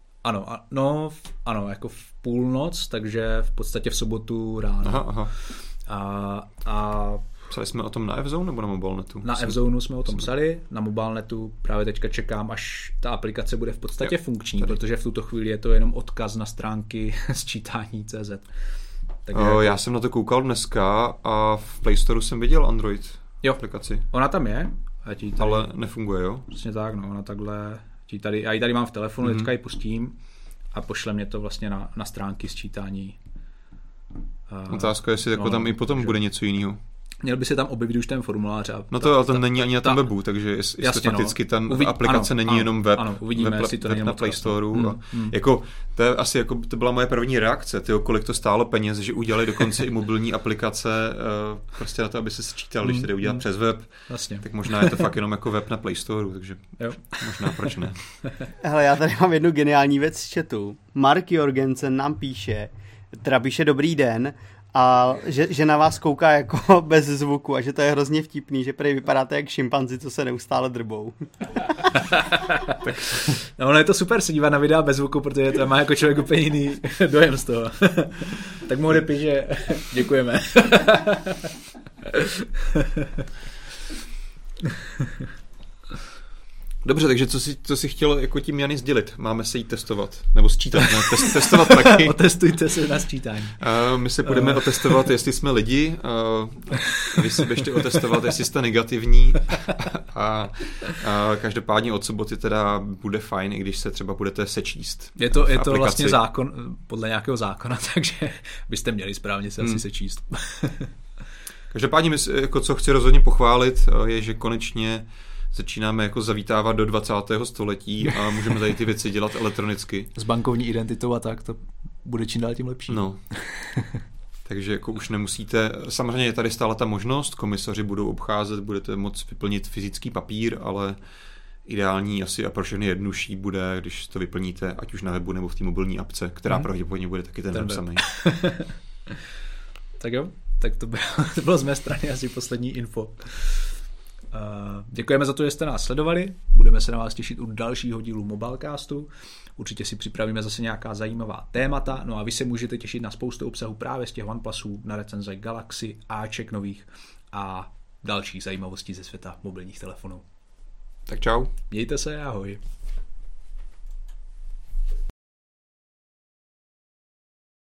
Ano, jako v půlnoc, takže v podstatě v sobotu ráno. Aha. A psali jsme o tom na F-Zone nebo na Mobilenetu? Na F-Zone jsme o tom psali, na Mobilenetu právě teďka čekám, až ta aplikace bude v podstatě funkční, protože v tuto chvíli je to jenom odkaz na stránky sčítání.cz. Já jsem na to koukal dneska a v Play Store jsem viděl Android aplikaci. Ona tam je. Ale nefunguje, jo? Přesně tak, ona takhle, já ji tady mám v telefonu, teďka ji pustím a pošle mě to vlastně na stránky sčítání. Otázka je, jestli tam i potom bude něco jiného. Měl by se tam objevit už ten formulář. Ale ten není ani na tom webu, takže jestli fakticky ta aplikace není jenom web, uvidíme, web na Play Storeu. Jako, to je asi jako, to byla moje první reakce, kolik to stálo peněz, že udělali dokonce i mobilní aplikace prostě na to, aby se sčítal, když tedy udělat přes web. Vlastně. Tak možná je to fakt jenom jako web na Play Storeu, takže možná proč ne. Hele, já tady mám jednu geniální věc z chatu. Mark Jorgensen nám píše dobrý den, a že na vás kouká jako bez zvuku a že to je hrozně vtipný, že prý vypadáte jak šimpanzi, co se neustále drbou. Ono je to super se dívat na videa bez zvuku, protože to má jako člověk úplně jiný dojem z toho. Tak mu odepíš, že děkujeme. Dobře, takže co si chtěl jako tím Jany sdělit? Máme se jít testovat. Nebo sčítat, ne? Testovat taky. Otestujte se na sčítání. My se budeme otestovat, jestli jsme lidi. Vy si běžte otestovat, jestli jste negativní. A každopádně od soboty teda bude fajn, i když se třeba budete sečíst. Je to vlastně zákon, podle nějakého zákona, takže byste měli správně se asi sečíst. Každopádně, jako co chci rozhodně pochválit, je, že konečně začínáme jako zavítávat do 20. století a můžeme tady ty věci dělat elektronicky. S bankovní identitou a tak, to bude čím dál tím lepší. No. Takže jako už nemusíte, samozřejmě je tady stále ta možnost, komisaři budou obcházet, budete moct vyplnit fyzický papír, ale ideální asi a pro všechny jednodušší bude, když to vyplníte, ať už na webu nebo v té mobilní apce, která pravděpodně bude taky ten web samý. Tak jo, tak to bylo z mé strany asi poslední info. Děkujeme za to, že jste nás sledovali. Budeme se na vás těšit u dalšího dílu Mobilecastu. Určitě si připravíme zase nějaká zajímavá témata. No a vy se můžete těšit na spoustu obsahu právě z těch OnePlusů, na recenze Galaxy, Aček nových a dalších zajímavostí ze světa mobilních telefonů. Tak čau. Mějte se, ahoj.